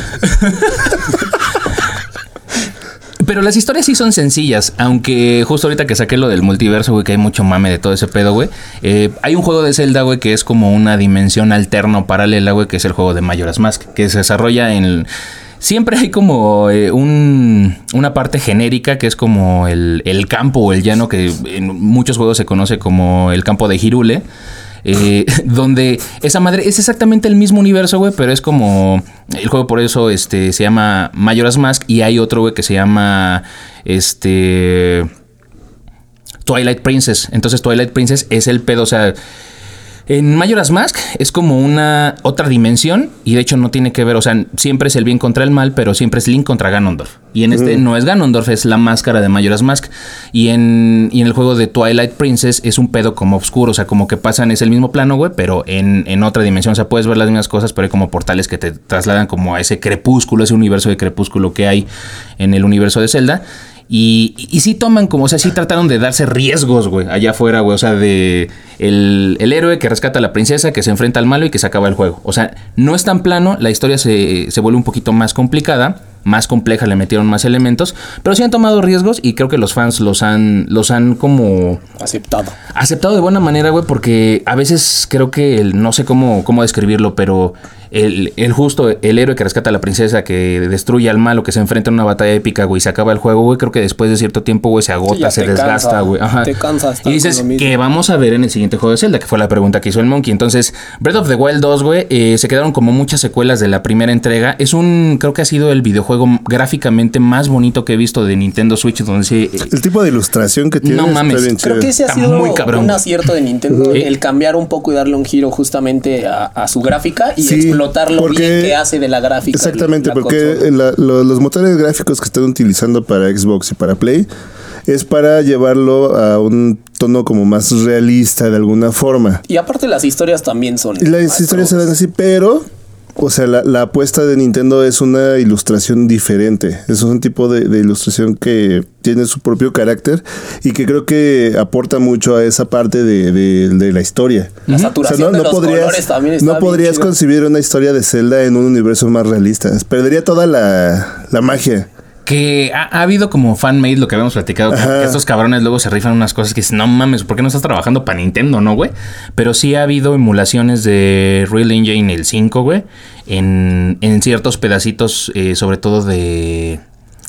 Pero las historias sí son sencillas, aunque justo ahorita que saqué lo del multiverso, güey, que hay mucho mame de todo ese pedo, güey. Eh, hay un juego de Zelda, güey, que es como una dimensión alterna o paralela, güey, que es el juego de Majora's Mask, que se desarrolla en... Siempre hay como eh, un, una parte genérica que es como el, el campo o el llano, que en muchos juegos se conoce como el campo de Hyrule. Eh, donde esa madre es exactamente el mismo universo, güey, pero es como el juego, por eso este se llama Majora's Mask, y hay otro, güey, que se llama este Twilight Princess. Entonces Twilight Princess es el pedo, o sea, en Majora's Mask es como una otra dimensión y de hecho no tiene que ver, o sea, siempre es el bien contra el mal, pero siempre es Link contra Ganondorf. Y en este no es Ganondorf, es la máscara de Majora's Mask. Y en, y en el juego de Twilight Princess es un pedo como oscuro, o sea, como que pasan, es el mismo plano, güey, pero en, en otra dimensión. O sea, puedes ver las mismas cosas, pero hay como portales que te trasladan como a ese crepúsculo, ese universo de crepúsculo que hay en el universo de Zelda. Y, y, y sí toman como, o sea, sí trataron de darse riesgos, güey, allá afuera, güey. O sea, de el, el héroe que rescata a la princesa, que se enfrenta al malo y que se acaba el juego. O sea, no es tan plano, la historia se, se vuelve un poquito más complicada, más compleja, le metieron más elementos, pero sí han tomado riesgos y creo que los fans los han, los han como... Aceptado. aceptado de buena manera, güey, porque a veces creo que el, no sé cómo, cómo describirlo, pero el, el justo, el héroe que rescata a la princesa, que destruye al malo, que se enfrenta en una batalla épica, güey, y se acaba el juego, güey, creo que después de cierto tiempo, güey, se agota, Sí, ya se te desgasta, cansa, güey. Ajá. te cansa estar Y dices, con lo mismo. ¿qué vamos a ver en el siguiente juego de Zelda? Que fue la pregunta que hizo el Monkey. Entonces, Breath of the Wild dos, güey, eh, se quedaron como muchas secuelas de la primera entrega. Es un, creo que ha sido el videojuego gráficamente más bonito que he visto de Nintendo Switch, donde se... eh, El tipo de ilustración que tiene No está mames. bien Creo chévere. que ese ha Está sido muy cabrón. un acierto de Nintendo, Sí. el cambiar un poco y darle un giro justamente a, a su gráfica y Sí, explotar lo porque- bien que hace de la gráfica. Exactamente, la porque consola. la- lo- los motores gráficos que están utilizando para Xbox y para Play es para llevarlo a un tono como más realista de alguna forma. Y aparte las historias también son. Y las historias se dan así, pero, o sea, la, la apuesta de Nintendo es una ilustración diferente. Es un tipo de, de ilustración que tiene su propio carácter y que creo que aporta mucho a esa parte de, de- de la historia. La saturación de los colores también está no bien podrías chida. concebir una historia de Zelda en un universo más realista. Perdería toda la, la magia. Que ha, ha habido como fan-made, lo que habíamos platicado, que Ajá. estos cabrones luego se rifan unas cosas que dicen, no mames, ¿por qué no estás trabajando para Nintendo, no, güey? Pero sí ha habido emulaciones de Real Engine el cinco, güey, en, en ciertos pedacitos, eh, sobre todo de,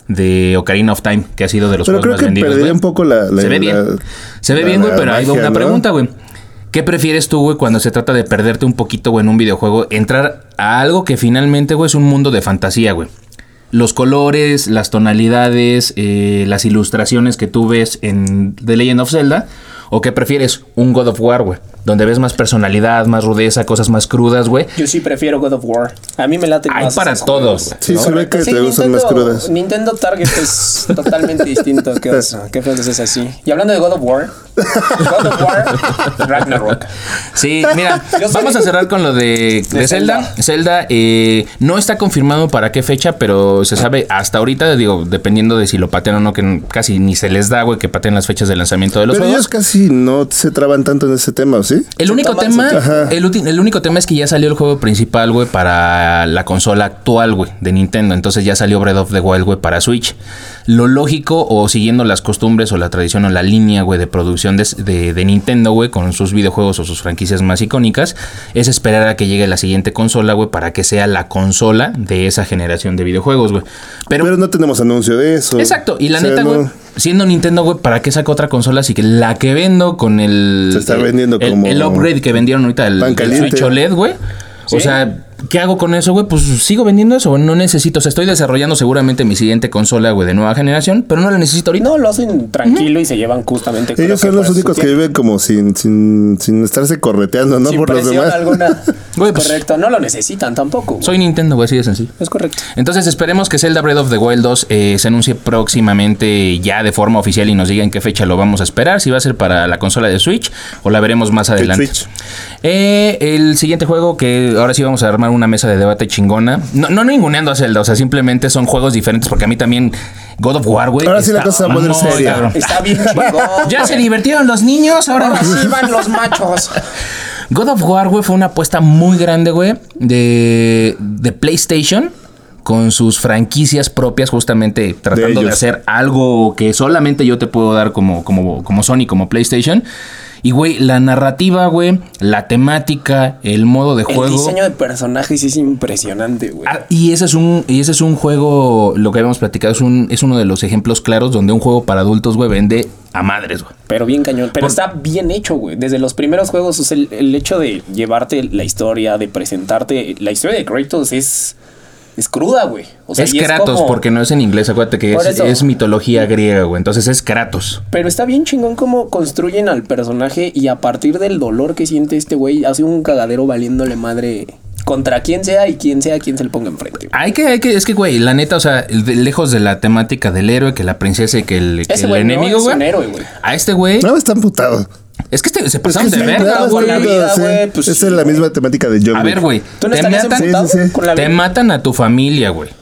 de Ocarina of Time, que ha sido de los Pero juegos creo más que vendidos, perdería güey. un poco la... la- Se ve bien. la- Se ve la- bien, güey, la pero hay magia, una ¿no? pregunta, güey. ¿Qué prefieres tú, güey, cuando se trata de perderte un poquito, güey, en un videojuego? Entrar a algo que finalmente, güey, es un mundo de fantasía, güey. Los colores, las tonalidades, eh, las ilustraciones que tú ves en The Legend of Zelda. ¿O qué prefieres? Un God of War, güey. Donde ves más personalidad, más rudeza, cosas más crudas, güey. Yo sí prefiero God of War. A mí me late Hay más. para esos todos. juegos. Sí, se ve que te gustan más crudas. Nintendo Target es totalmente distinto. ¿Qué, qué feo es así? Y hablando de God of War, God of War, Ragnarok. Sí, mira, Yo soy- vamos a cerrar con lo de, de De Zelda. Zelda. Zelda eh, no está confirmado para qué fecha, pero se sabe hasta ahorita, digo, dependiendo de si lo patean o no, que casi ni se les da, güey, que pateen las fechas de lanzamiento de los Pero ellos juegos. casi casi no se traban tanto en ese tema, ¿sí? El Se único toman tema, su Ajá. el, ulti- el único tema es que ya salió el juego principal, güey, para la consola actual, güey, de Nintendo. Entonces ya salió Breath of the Wild, güey, para Switch. Lo lógico, o siguiendo las costumbres o la tradición o la línea, güey, de producción de, de, de Nintendo, güey, con sus videojuegos o sus franquicias más icónicas, es esperar a que llegue la siguiente consola, güey, para que sea la consola de esa generación de videojuegos, güey. Pero, Pero no tenemos anuncio de eso. exacto, y la O sea, neta, no- güey, siendo Nintendo, güey, ¿para qué saca otra consola? Así que la que vendo con el... Se está el- vendiendo el, como el upgrade que vendieron ahorita, el, pan el caliente. Switch O L E D, güey. O ¿Sí? sea, ¿qué hago con eso, güey? Pues sigo vendiendo eso, güey. No necesito. O sea, estoy desarrollando seguramente mi siguiente consola, güey, de nueva generación, pero no la necesito ahorita. No, lo hacen tranquilo y se llevan justamente con lo Ellos que son los fue su únicos que tiempo. viven como sin, sin, sin estarse correteando, ¿no? Sin Por los presión demás. alguna. Güey, pues- Correcto, no lo necesitan tampoco. güey. Soy Nintendo, güey, así de sencillo. Es correcto. Entonces esperemos que Zelda Breath of the Wild dos eh, se anuncie próximamente ya de forma oficial y nos diga en qué fecha lo vamos a esperar, si va a ser para la consola de Switch o la veremos más adelante. Switch. Eh, el siguiente juego, que ahora sí vamos a armar una mesa de debate chingona. No, no ninguneando a Zelda, o sea, simplemente son juegos diferentes porque a mí también God of War, güey. Ahora sí la está cosa va a poner muy seria. cabrón. Está bien chingón. Ya se divirtieron los niños, ahora Ahora sí van los machos. God of War, güey, fue una apuesta muy grande, güey, de, de PlayStation con sus franquicias propias, justamente tratando de, ellos. hacer algo que solamente yo te puedo dar como, como, como Sony, como PlayStation. Y, güey, la narrativa, güey, la temática, el modo de El juego. diseño de personajes es impresionante, güey. Ah, y ese es un y ese es un juego, lo que habíamos platicado, es, un, es uno de los ejemplos claros donde un juego para adultos, güey, vende a madres, güey. Pero bien cañón. Pero Por- está bien hecho, güey. Desde los primeros juegos, o sea, el, el hecho de llevarte la historia, de presentarte. La historia de Kratos es. Es cruda, güey. O sea, es y Kratos, como- porque no es en inglés, acuérdate que Por es, eso. es mitología griega, güey. Entonces es Kratos. Pero está bien chingón cómo construyen al personaje y a partir del dolor que siente este güey, hace un cagadero valiéndole madre contra quien sea y quien sea quien se le ponga enfrente. güey. Hay que, hay que, es que, güey, la neta, o sea, de- lejos de la temática del héroe, que la princesa y que el, que Ese el güey no enemigo, es güey. un héroe, güey. A este güey, No, está emputado. es que este, se pasaron Es que de sí, verga, nada más güey. la emputado, vida, sí. güey, pues Esa sí, es la güey. misma temática de John A Wick. ver, güey, ¿Tú no te estarías matan, emputado Sí, sí, sí. con la te vida? matan a tu familia, güey.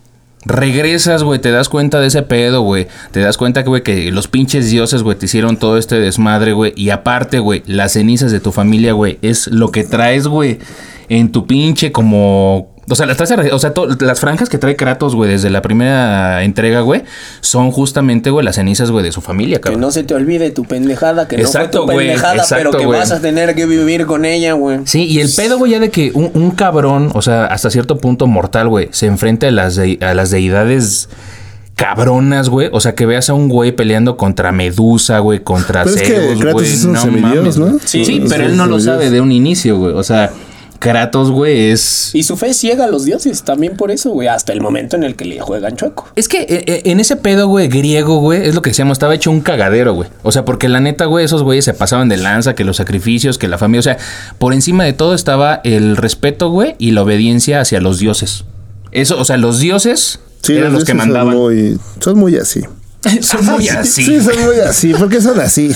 Regresas, güey, te das cuenta de ese pedo, güey. Te das cuenta que, güey, que los pinches dioses, güey, te hicieron todo este desmadre, güey. Y aparte, güey, las cenizas de tu familia, güey, es lo que traes, güey, en tu pinche como... O sea, las, traes a- o sea to- las franjas que trae Kratos, güey, desde la primera entrega, güey, son justamente, güey, las cenizas, güey, de su familia, Que cabrón. no se te olvide tu pendejada, que Exacto, no fue tu güey, pendejada, exacto, pero que güey. vas a tener que vivir con ella, güey. Sí, y el pedo, güey, ya de que un, un cabrón, o sea, hasta cierto punto mortal, güey, se enfrente a las, de- a las deidades cabronas, güey. O sea, que veas a un güey peleando contra Medusa, güey, contra Pero es que Zeus, Kratos güey. es un semidios, güey. ¿no? Sí, Sí, pero es él no un lo semidios. sabe de un inicio, güey. O sea, Kratos, güey, es... Y su fe ciega a los dioses, también por eso, güey, hasta el momento en el que le juegan chueco. Es que eh, eh, en ese pedo, güey, griego, güey, es lo que decíamos, estaba hecho un cagadero, güey. O sea, porque la neta, güey, esos güeyes se pasaban de lanza, que los sacrificios, que la familia, o sea, por encima de todo estaba el respeto, güey, y la obediencia hacia los dioses. Eso, o sea, los dioses Sí, eran los que dioses mandaban. Son muy, son muy así. Son muy así. Sí, son muy así. ¿Por qué son así?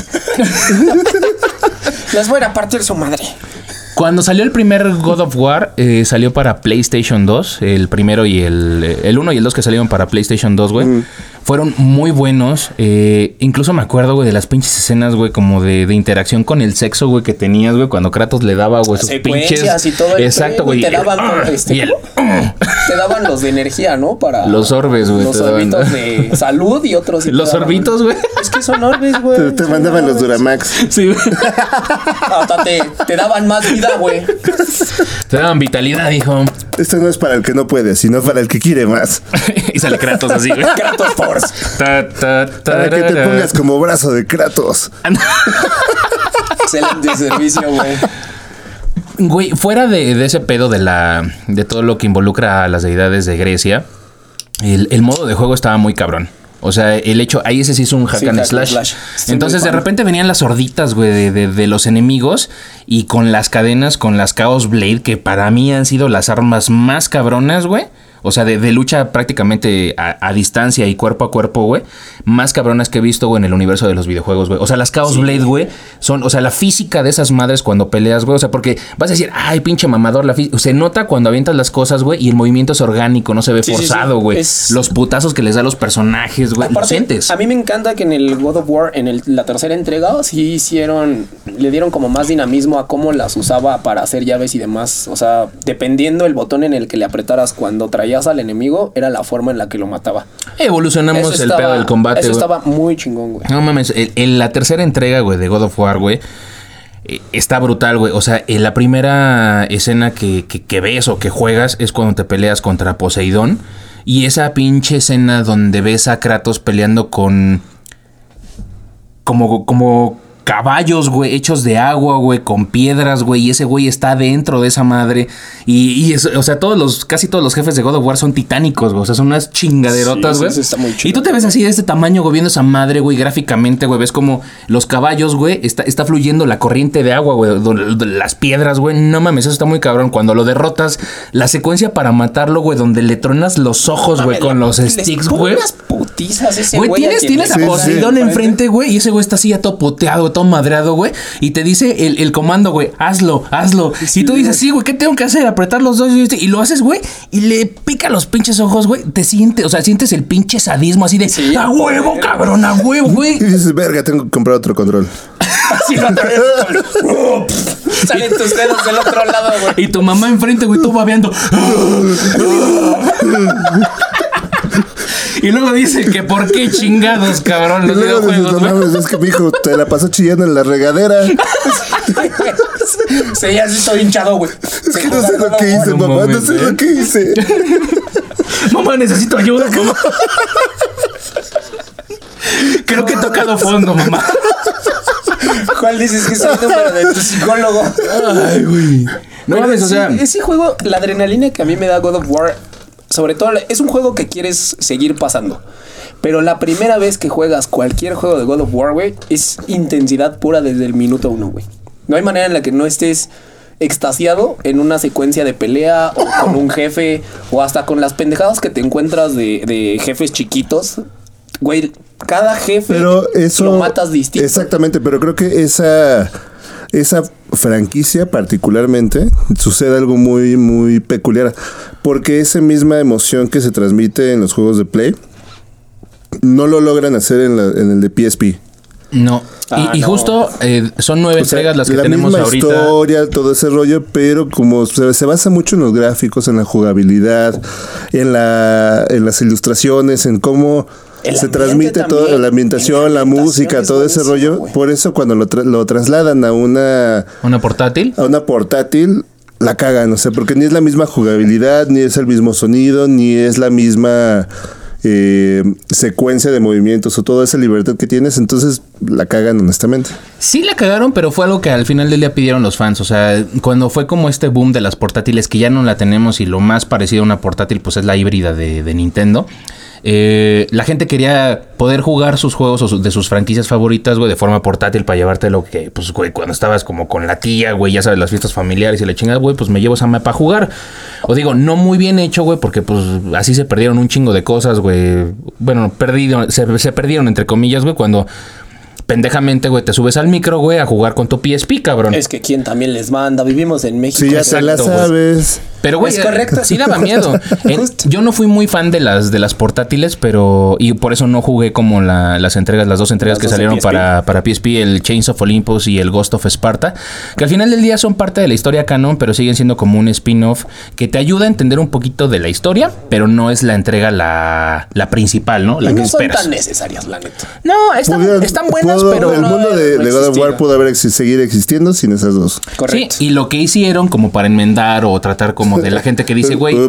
Les voy a ir a partir su madre. Cuando salió el primer God of War, eh, salió para PlayStation dos, el primero y el... El uno y el dos que salieron para PlayStation dos, güey. Mm. Fueron muy buenos. Eh, incluso me acuerdo, güey, de las pinches escenas, güey, como de, de interacción con el sexo, güey, que tenías, güey, cuando Kratos le daba, güey, sus Secuencias pinches... y todo el Exacto, pedo, güey. y te daban con, este, y el- te daban los de energía, ¿no? Para Los orbes, güey, Los te daban. orbitos de salud y otros. sí te Los daban. orbitos, güey. Es que son orbes, güey. Te, te son mandaban los orbes. Duramax. Sí, güey. Hasta te, te daban más vida, güey. Te daban vitalidad, hijo. Esto no es para el que no puede, sino para el que quiere más. Y sale Kratos así, güey. Kratos Force. Ta, ta, ta, Para que te ra, ra. pongas como brazo de Kratos. Excelente servicio, güey. Güey, fuera de, de ese pedo de la de todo lo que involucra a las deidades de Grecia, el, el modo de juego estaba muy cabrón. O sea, el hecho, ahí ese sí es un hack Sí, and hack and slash. slash. Estoy Entonces, muy de fan. repente venían las horditas, güey, de, de, de los enemigos y con las cadenas, con las Chaos Blade, que para mí han sido las armas más cabronas, güey. O sea, de, de lucha prácticamente a, a distancia y cuerpo a cuerpo, güey. Más cabronas que he visto, güey, en el universo de los videojuegos, güey. O sea, las Chaos sí. Blade, güey, son... O sea, la física de esas madres cuando peleas, güey. O sea, porque vas a decir, ay, pinche mamador, la física... Se nota cuando avientas las cosas, güey, y el movimiento es orgánico, no se ve sí, forzado, güey. Sí, sí. Es... Los putazos que les da a los personajes, güey. Inocentes. A mí me encanta que en el God of War, en el, la tercera entrega, sí hicieron... Le dieron como más dinamismo a cómo las usaba para hacer llaves y demás. O sea, dependiendo el botón en el que le apretaras cuando traías al enemigo, era la forma en la que lo mataba. Evolucionamos el pedo del combate, Eso güey. estaba muy chingón, güey. No mames, en, en la tercera entrega, güey, de God of War, güey, eh, está brutal, güey. O sea, en la primera escena que, que, que ves o que juegas es cuando te peleas contra Poseidón. Y esa pinche escena donde ves a Kratos peleando con... Como... como caballos, güey, hechos de agua, güey, con piedras, güey, y ese güey está dentro de esa madre. Y, y es, o sea, todos los, casi todos los jefes de God of War son titánicos, güey. O sea, son unas chingaderotas, güey. Sí, sí, y tú te ves así de este tamaño, güey, viendo esa madre, güey, gráficamente, güey. Ves como los caballos, güey, está, está fluyendo la corriente de agua, güey, las piedras, güey. No mames, eso está muy cabrón. Cuando lo derrotas, la secuencia para matarlo, güey, donde le tronas los ojos, güey, con los sticks, güey. Unas putizas ese güey. Güey, tienes, tienes a sí, Poseidón sí, enfrente, güey, y ese güey está así ya todo poteado, todo madreado, güey, y te dice el, el comando, güey, hazlo, hazlo. Sí, y tú dices, sí, güey, ¿qué tengo que hacer? Apretar los dos, y lo haces, güey, y le pica los pinches ojos, güey. Te sientes, o sea, sientes el pinche sadismo así de, sí, a huevo, cabrón, a huevo, güey. Y dices, verga, tengo que comprar otro control. Así lo otra vez. Salen tus dedos del otro lado, güey. Y tu mamá enfrente, güey, tú babeando. Y luego dice que por qué chingados, cabrón, los videojuegos, güey. No, es que mi hijo te la pasó chillando en la regadera. Sí, ya estoy hinchado, güey. Es que no sé lo que hice, mamá, no sé lo que hice. Mamá, necesito ayuda, mamá. Creo que he tocado fondo, mamá. ¿Cuál dices que es el número de tu psicólogo? Ay, güey. No mames, o sea, ese juego, la adrenalina que a mí me da God of War, sobre todo, es un juego que quieres seguir pasando. Pero la primera vez que juegas cualquier juego de God of War, güey, es intensidad pura desde el minuto uno, güey. No hay manera en la que no estés extasiado en una secuencia de pelea o con un jefe o hasta con las pendejadas que te encuentras de, de jefes chiquitos. Güey, cada jefe pero eso, lo matas distinto. Exactamente, pero creo que esa... Esa franquicia particularmente sucede algo muy, muy peculiar. Porque esa misma emoción que se transmite en los juegos de Play no lo logran hacer en, la, en el de P S P. No. Ah, y, y no. justo eh, son nueve o sea, entregas las que la tenemos misma ahorita. Historia, todo ese rollo, pero como se, se basa mucho en los gráficos, en la jugabilidad, en, la, en las ilustraciones, en cómo... El se transmite toda la ambientación, la música, todo ese rollo. Wey. Por eso cuando lo, tra- lo trasladan a una... ¿Una portátil? A una portátil, la cagan, o sea, porque ni es la misma jugabilidad, ni es el mismo sonido, ni es la misma eh, secuencia de movimientos o toda esa libertad que tienes. Entonces la cagan honestamente. Sí la cagaron, pero fue algo que al final del día pidieron los fans. O sea, cuando fue como este boom de las portátiles, que ya no la tenemos y lo más parecido a una portátil pues es la híbrida de, de Nintendo. Eh, la gente quería poder jugar sus juegos o su, de sus franquicias favoritas, güey, de forma portátil para llevártelo que, pues, güey, cuando estabas como con la tía, güey, ya sabes, las fiestas familiares y la chingada, güey, pues me llevo esa mapa a jugar. O digo, no muy bien hecho, güey, porque pues así se perdieron un chingo de cosas, güey. Bueno, perdido, se, se perdieron entre comillas, güey, cuando... pendejamente, güey, te subes al micro, güey, a jugar con tu P S P, cabrón. Es que quién también les manda, vivimos en México. Sí, ya te la sabes. Pero, güey, es correcto. Sí daba miedo. En, yo no fui muy fan de las de las portátiles, pero... Y por eso no jugué como la, las entregas, las dos entregas las que dos salieron para, para P S P, el Chains of Olympus y el Ghost of Sparta, que al final del día son parte de la historia canon, pero siguen siendo como un spin-off que te ayuda a entender un poquito de la historia, pero no es la entrega la, la principal, ¿no? La y que no son esperas. tan necesarias, la neta. No, están, Pudiera, están buenas, puedo, pero... El no, mundo de, no de God of War pudo haber ex- seguir existiendo sin esas dos. Correcto. Sí, y lo que hicieron como para enmendar o tratar como de la gente que dice, güey,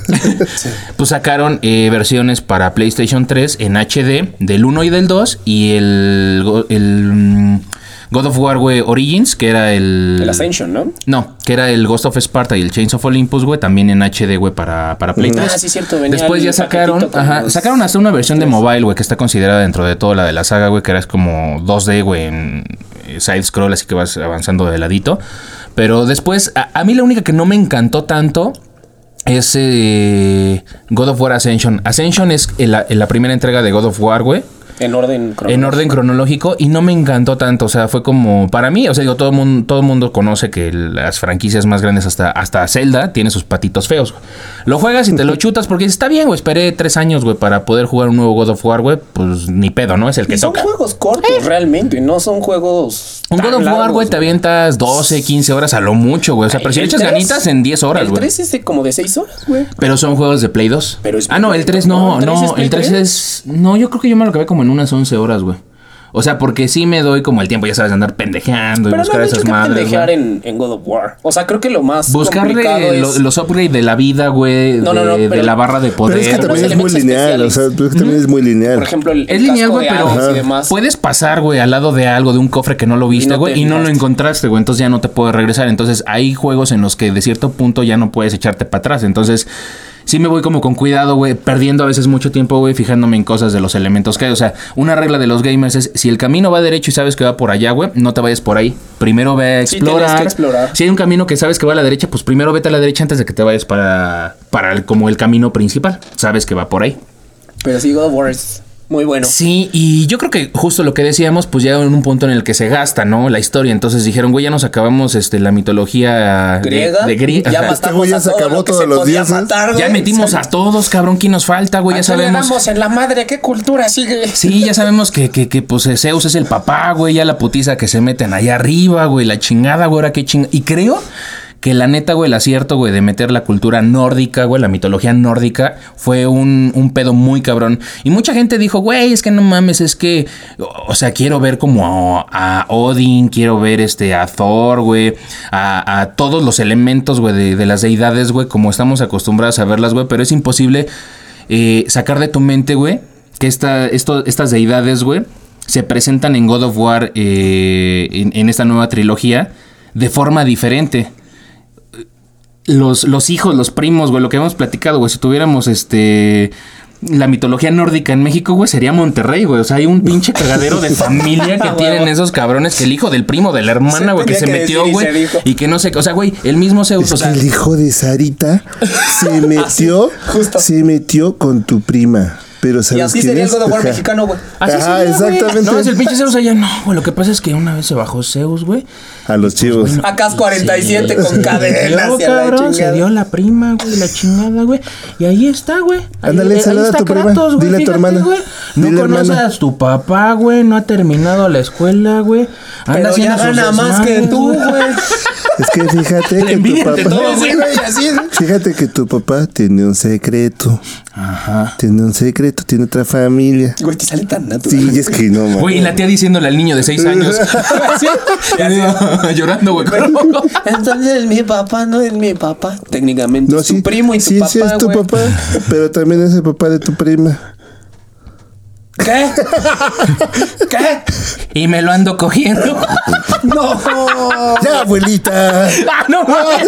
pues sacaron eh, versiones para PlayStation tres en H D del uno y del dos y el, el um, God of War, güey, Origins, que era el... El Ascension, ¿no? No, que era el Ghost of Sparta y el Chains of Olympus, güey, también en H D, güey, para, para Play tres. Ah, sí, cierto. Venía Después ya sacaron, ajá, los... sacaron hasta una versión de mobile, güey, que está considerada dentro de toda la de la saga, güey, que era como dos D, güey, en side scroll, así que vas avanzando de ladito. Pero después, a, a mí la única que no me encantó tanto es eh, God of War Ascension. Ascension es la, la primera entrega de God of War, güey. En orden cronológico. En orden cronológico y no me encantó tanto, o sea, fue como para mí, o sea, digo, todo el mundo, todo el mundo conoce que las franquicias más grandes hasta, hasta Zelda tiene sus patitos feos. Lo juegas y te lo chutas porque dices, está bien, güey, esperé tres años, güey, para poder jugar un nuevo God of War, güey, pues ni pedo, ¿no? Es el que y son toca. juegos cortos, eh. realmente, no son juegos Un God of War, güey, te avientas doce, quince horas a lo mucho, güey, o sea, pero si le echas tres, ganitas en diez horas, güey. El tres es de como de seis horas, güey. Pero son juegos de Play dos. Pero es ah, no, el tres no, no, no el tres es... No, yo creo que yo me lo acabé como en unas once horas, güey. O sea, porque sí me doy como el tiempo, ya sabes, de andar pendejeando y pero buscar no esas que madres. pendejear en, en God of War. O sea, creo que lo más buscarle es... lo, los upgrades de la vida, güey, no, de, no, no, pero, de la barra de poder. Pero es que también es muy lineal, o sea, es que también es muy lineal. Por ejemplo, el, es el lineal, güey, pero y demás. Puedes pasar, güey, al lado de algo, de un cofre que no lo viste, güey, y, no, y no lo encontraste, güey, entonces ya no te puedes regresar. Entonces hay juegos en los que de cierto punto ya no puedes echarte para atrás. Entonces sí me voy como con cuidado, güey, perdiendo a veces mucho tiempo, güey, fijándome en cosas de los elementos que hay. O sea, una regla de los gamers es, si el camino va derecho y sabes que va por allá, güey, no te vayas por ahí. Primero ve a explorar. Sí, que explorar. Si hay un camino que sabes que va a la derecha, pues primero vete a la derecha antes de que te vayas para, para el, como el camino principal. Sabes que va por ahí. Pero sí, God of War es muy bueno. Sí, y yo creo que justo lo que decíamos, pues ya en un punto en el que se gasta, ¿no? La historia. Entonces dijeron, güey, ya nos acabamos este, la mitología griega. De, de griega. Ya matamos ya a se todo acabó lo que todos se los podía dioses. matar, ya metimos a todos, cabrón. ¿Quién nos falta, güey? Ya sabemos. Vamos en la madre, ¿qué cultura sigue? Sí, ya sabemos que, que, que pues Zeus es el papá, güey. Ya la putiza que se meten allá arriba, güey. La chingada, güey. Ahora qué chingada. Y creo que la neta, güey, el acierto, güey, de meter la cultura nórdica, güey, la mitología nórdica, fue un, un pedo muy cabrón. Y mucha gente dijo, güey, es que no mames, es que, o sea, quiero ver como a, a Odin, quiero ver este a Thor, güey, a, a todos los elementos, güey, de, de las deidades, güey, como estamos acostumbrados a verlas, güey, pero es imposible eh, sacar de tu mente, güey, que esta, esto, estas deidades, güey, se presentan en God of War, eh, en, en esta nueva trilogía, de forma diferente. Los, los hijos, los primos, güey, lo que hemos platicado, güey, si tuviéramos este la mitología nórdica en México, güey, sería Monterrey, güey. O sea, hay un pinche cagadero de familia que tienen esos cabrones, que el hijo del primo, de la hermana, güey, que se metió, güey, y, y que no sé, o sea, güey, el mismo Zeus. Es o sea, que el hijo de Sarita se metió, justo. se metió con tu prima. Pero y ¿sabes así quién sería es? el God of War Ajá. mexicano, güey. así Ajá, sería, exactamente. güey. No, es el pinche Zeus allá, no, güey. Lo que pasa es que una vez se bajó Zeus, güey. A los chivos. Bueno, A C A S cuarenta y siete sí, con sí. cadenas Luego, hacia la cabrón, se chingada. dio la prima, güey, la chingada, güey. Y ahí está, güey. Ahí- Ándale, ahí saluda está a tu prima. Kratos, güey, Dile a tu fíjate, hermana. güey. No Dile, conoces hermana. a tu papá, güey. No ha terminado la escuela, güey. Anda Pero ya haciendo sus gana más que desmadres, tú, güey. Es que fíjate La que tu envidia papá. entre todos, Sí, güey, así es. Fíjate que tu papá tiene un secreto. Ajá. Tiene un secreto, tiene otra familia. Güey, te sale tan natural. Sí, es que no, man. Güey, y la tía diciéndole al niño de seis años. Sí, y así. Llorando, güey. Entonces mi papá no es mi papá. Técnicamente No, es tu sí, primo y tu sí, papá, sí es tu güey. papá, pero también es el papá de tu prima. ¿Qué? ¿Qué? Y me lo ando cogiendo. No. Ya, abuelita. ¡Ah, no mames!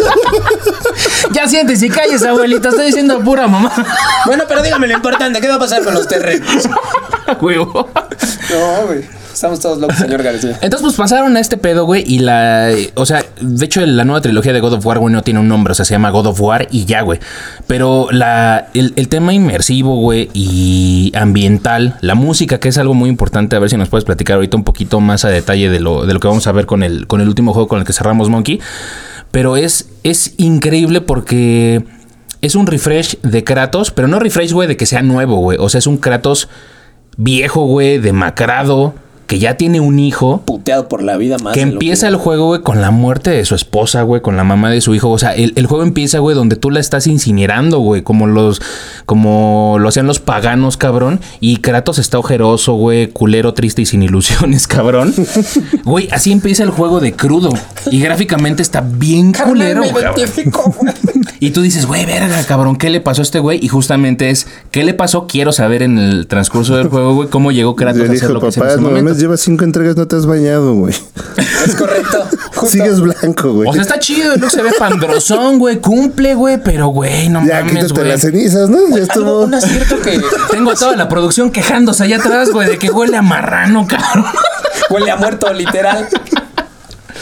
Ya siéntese y calles, abuelita. Estoy diciendo pura mamá. Bueno, pero dígame lo importante. ¿Qué va a pasar con los terrenos? Huevo. No, güey. Estamos todos locos, señor García. Entonces, pues pasaron a este pedo, güey. Y la. O sea, de hecho, la nueva trilogía de God of War, güey, no tiene un nombre. O sea, se llama God of War y ya, güey. Pero la, el, el tema inmersivo, güey, y ambiental, la música, que es algo muy importante. A ver si nos puedes platicar ahorita un poquito más a detalle de lo, de lo que vamos a ver con el, con el último juego con el que cerramos Monkey. Pero es, es increíble porque es un refresh de Kratos, pero no refresh, güey, de que sea nuevo, güey. O sea, es un Kratos viejo, güey, demacrado, que ya tiene un hijo. Puteado por la vida más. Que de lo empieza el juego, güey, con la muerte de su esposa, güey, con la mamá de su hijo. O sea, el, el juego empieza, güey, donde tú la estás incinerando, güey, como los, como lo hacían los paganos, cabrón. Y Kratos está ojeroso, güey, culero, triste y sin ilusiones, cabrón. Güey, así empieza el juego de crudo. Y gráficamente está bien culero, me cabrón. identifico, güey. Y tú dices, güey, verga, cabrón, ¿qué le pasó a este güey? Y justamente es, ¿qué le pasó? Quiero saber en el transcurso del juego, güey, cómo llegó Kratos Le a hacer dijo, lo que hace en papá, ese no momento. mames, llevas cinco entregas, no te has bañado, güey. Es correcto. Justo. Sigues blanco, güey. O sea, está chido, no se ve pandrosón, güey, cumple, güey, pero, güey, no Ya, mames, quítate güey. las cenizas, ¿no? Ya Algo, estuvo. un acierto que Tengo a toda la producción quejándose allá atrás, güey, de que huele a marrano, cabrón. huele a muerto, literal.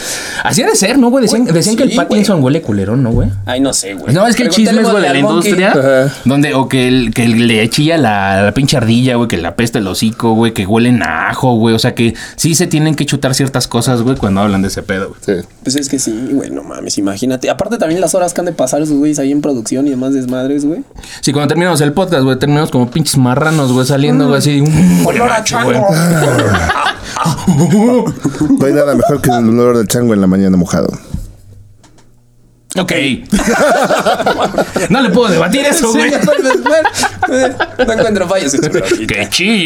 Así ha de ser, ¿no, güey? Decían, Güey, decían que sí, el Pattinson güey. huele culerón, ¿no, güey? Ay, no sé, güey. No, es que hay chismes, güey, de la industria. Ajá. Donde, o que, el, que le chilla la, la pinche ardilla, güey, que le apesta el hocico, güey, que huelen a ajo, güey. O sea que sí se tienen que chutar ciertas cosas, güey, cuando hablan de ese pedo, güey. Sí. Pues es que sí, güey, no mames, imagínate. Aparte también las horas que han de pasar esos güeyes ahí en producción y demás desmadres, güey. Sí, cuando terminamos el podcast, güey, terminamos como pinches marranos, güey, saliendo, güey, así. Un Olor a macho, güey. chango. No hay nada mejor que el olor del chango en la mañana mojado. Ok. No le puedo debatir eso, Sí, güey. pues, bueno, no encuentro fallos en su lógica. ¡Qué chi!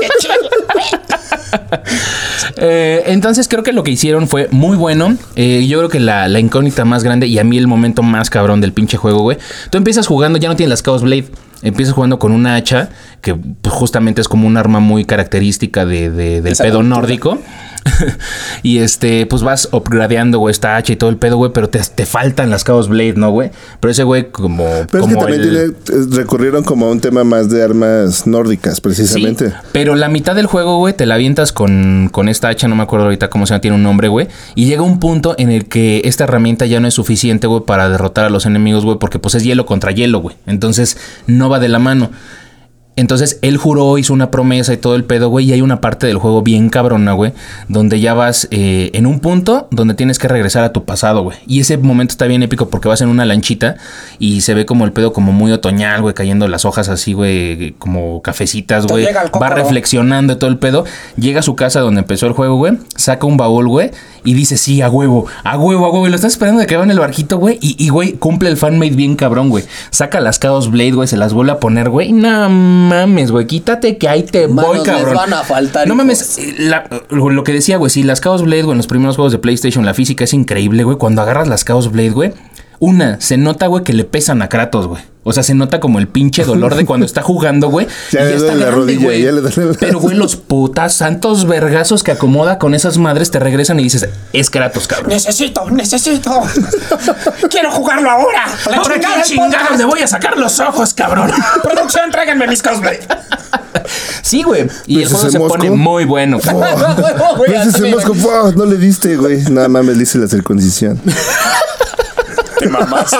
eh, entonces creo que lo que hicieron fue muy bueno. Eh, yo creo que la, la incógnita más grande y a mí el momento más cabrón del pinche juego, güey. Tú empiezas jugando, ya no tienes las Chaos Blade. Empiezas jugando con una hacha que pues, justamente es como un arma muy característica de, de, del Esa pedo aventura. nórdico. Y este, pues vas upgradeando, güey, esta hacha y todo el pedo, güey, pero te, te faltan las Chaos Blade, ¿no, güey? Pero ese güey como... Pero como es que también el... tiene, eh, recurrieron como a un tema más de armas nórdicas, precisamente. Sí, pero la mitad del juego, güey, te la avientas con, con esta hacha, no me acuerdo ahorita cómo se llama, tiene un nombre, güey. Y llega un punto en el que esta herramienta ya no es suficiente, güey, para derrotar a los enemigos, güey, porque pues es hielo contra hielo, güey. Entonces no va de la mano. Entonces él juró, hizo una promesa y todo el pedo, güey. Y hay una parte del juego bien cabrona, güey, donde ya vas eh, en un punto donde tienes que regresar a tu pasado, güey. Y ese momento está bien épico porque vas en una lanchita y se ve como el pedo como muy otoñal, güey, cayendo las hojas asy, güey, como cafecitas, güey. Llega el Va cócoro. reflexionando y todo el pedo. Llega a su casa donde empezó el juego, güey. Saca un baúl, güey. Y dice, sí, a huevo, a huevo, a huevo. Y lo estás esperando de que va en el barquito, güey. Y, y, güey, cumple el fanmade bien cabrón, güey. Saca las Chaos Blade, güey. Se las vuelve a poner, güey. No mames, güey. Quítate que ahí te Manos voy, les cabrón. van a faltar, No hijos. mames. eh, la- lo que decía, güey. Si las Chaos Blade, güey, en los primeros juegos de PlayStation, la física es increíble, güey. Cuando agarras las Chaos Blade, güey. Una, se nota, güey, que le pesan a Kratos, güey. O sea, se nota como el pinche dolor de cuando está jugando, güey. Ya y le duele la rodilla, güey. ya le duele la- Pero, güey, los putas santos vergazos que acomoda con esas madres te regresan y dices, es Kratos, cabrón. Necesito, necesito. Quiero jugarlo ahora. La Ahora chingada qué del chingados podcast. le voy a sacar los ojos, cabrón. Producción, tráiganme mis cosplay. Sí, güey. Y el Pues juego ese se mosco. pone muy bueno, cabrón. Güey, Ese así se me- mosco, ¡fua! No le diste, güey. Nada mames, le hice la circuncisión. Te mamaste.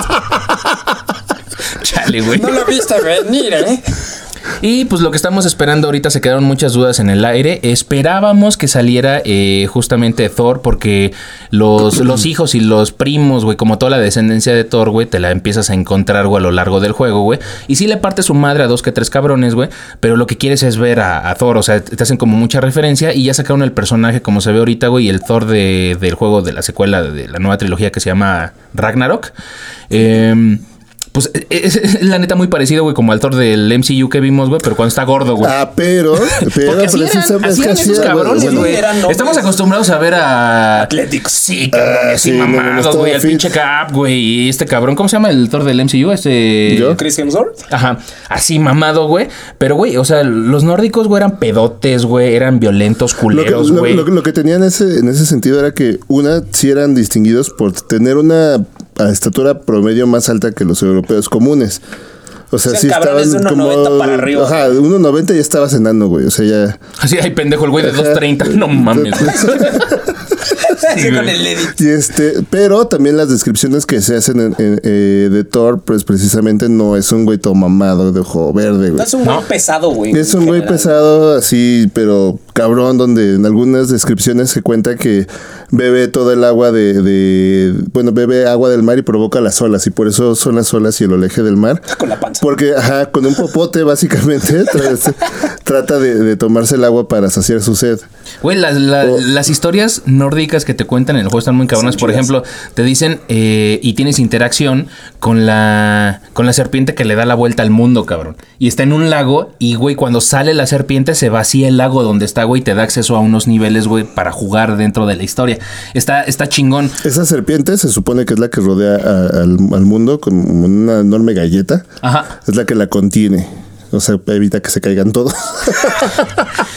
Chale, güey. No lo viste venir, ¿eh? Y pues lo que estamos esperando ahorita, se quedaron muchas dudas en el aire. Esperábamos que saliera eh, justamente Thor, porque los, los hijos y los primos, güey, como toda la descendencia de Thor, güey, te la empiezas a encontrar, güey, a lo largo del juego, güey. Y sí le parte su madre a dos que tres cabrones, güey, pero lo que quieres es ver a, a Thor, o sea, te hacen como mucha referencia y ya sacaron el personaje como se ve ahorita, güey, y el Thor de, del juego de la secuela de la nueva trilogía que se llama Ragnarok. Eh... Pues es, es la neta muy parecido, güey, como al Thor del M C U que vimos, güey, pero cuando está gordo, güey. Ah, pero, pero Porque así eran, precisamente así es que eran así esos era, cabrones, bueno, güey. eran hombres. Estamos acostumbrados a ver a... Atléticos. Sí, cabrón, Ah, así sí, no, no, no, mamados, estaba güey. El fit. pinche Cap, güey. Y este cabrón, ¿cómo se llama el Thor del M C U? Este... ¿Yo? Chris Hemsworth. Ajá, así mamado, güey. Pero, güey, o sea, los nórdicos, güey, eran pedotes, güey. Eran violentos, Lo que, culeros, lo, güey. lo- lo que tenían ese, en ese sentido era que, una, sí eran distinguidos por tener una a, estatura promedio más alta que los europeos comunes. O sea, O sea, sí cabrones estaban de como... uno noventa para arriba. Ajá, de uno noventa ya estaba cenando, güey. O sea, ya... Así, ay, pendejo, el güey de dos treinta. No mames, güey. Así güey. con el edit. Y este, pero también las descripciones que se hacen en- en, eh, de Thor, pues precisamente no es un güey todo mamado de ojo verde, No güey. es un güey No. pesado, güey. Es en un güey general. pesado así, pero cabrón, donde en algunas descripciones se cuenta que bebe todo el agua de, de- bueno, bebe agua del mar y provoca las olas, y por eso son las olas y el oleaje del mar. Con la panza. Porque, ajá, con un popote básicamente tra- trata de, de tomarse el agua para saciar su sed. Güey, las, la- O- las historias nórdicas que te cuentan en el juego están muy cabronas. Son Por chidas. ejemplo, te dicen eh, y tienes interacción con la con la serpiente que le da la vuelta al mundo, cabrón. Y está en un lago y, güey, cuando sale la serpiente se vacía el lago donde está, güey, y te da acceso a unos niveles, güey, para jugar dentro de la historia. Está, está chingón. Esa serpiente se supone que es la que rodea a- al, al mundo como una enorme galleta. Ajá. Es la que la contiene. O sea, evita que se caigan todos.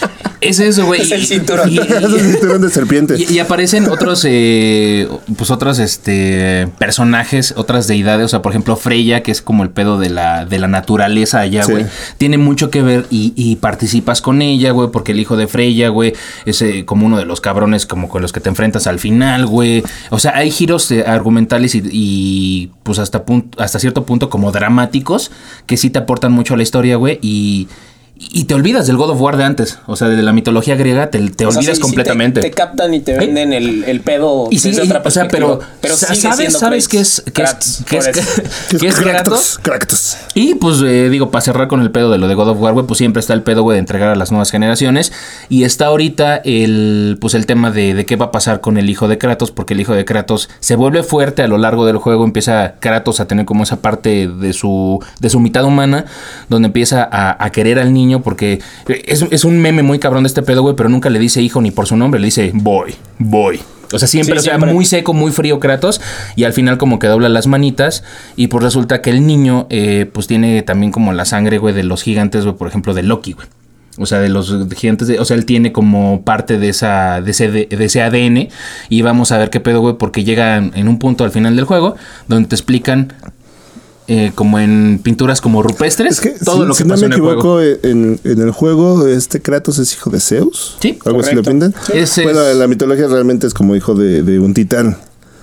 Es eso, güey. Es el cinturón. Y, y, Es el cinturón de serpiente. Y, y aparecen otros, eh, pues otros, este, personajes, otras deidades. O sea, por ejemplo, Freya, que es como el pedo de la, de la naturaleza allá, güey. Sí. Tiene mucho que ver y, y participas con ella, güey, porque el hijo de Freya, güey, es eh, como uno de los cabrones como con los que te enfrentas al final, güey. O sea, hay giros eh, argumentales y, y pues hasta punto, hasta cierto punto como dramáticos que sí te aportan mucho a la historia, güey, y... Y te olvidas del God of War de antes. O sea, de la mitología griega te, te O sea, olvidas sí, sí, completamente. te, te captan y te venden ¿Eh? el, el pedo y sí, desde y, otra o sea, perspectiva. pero, pero sa- sigue ¿sabes, siendo sabes qué es, qué es, Kratos, qué es, por eso. qué ¿Qué es Kratos? Kratos. Y pues eh, digo, para cerrar con el pedo de lo de God of War, güey, pues siempre está el pedo, güey, de entregar a las nuevas generaciones. Y está ahorita el, pues el tema de, de qué va a pasar con el hijo de Kratos, porque el hijo de Kratos se vuelve fuerte a lo largo del juego. Empieza Kratos a tener como esa parte de su, de su mitad humana, donde empieza a, a querer al niño, porque es, es un meme muy cabrón de este pedo, güey, pero nunca le dice hijo ni por su nombre, le dice boy, boy. O sea, siempre, Sí, o sea, siempre. muy seco, muy frío Kratos. Y al final como que dobla las manitas. Y pues resulta que el niño, eh, pues tiene también como la sangre, güey, de los gigantes, güey, por ejemplo, de Loki, güey. O sea, de los gigantes, de, o sea, él tiene como parte de esa de ese, de, de ese A D N. Y vamos a ver qué pedo, güey, porque llega en un punto al final del juego donde te explican... Eh, como en pinturas como rupestres, Es que, todo si, lo que si no pasó me en el juego. equivoco, en, en el juego, este Kratos es hijo de Zeus. Sí, algo así lo correcto. pintan. Sí. Ese Bueno, es- en la mitología realmente es como hijo de, de un titán.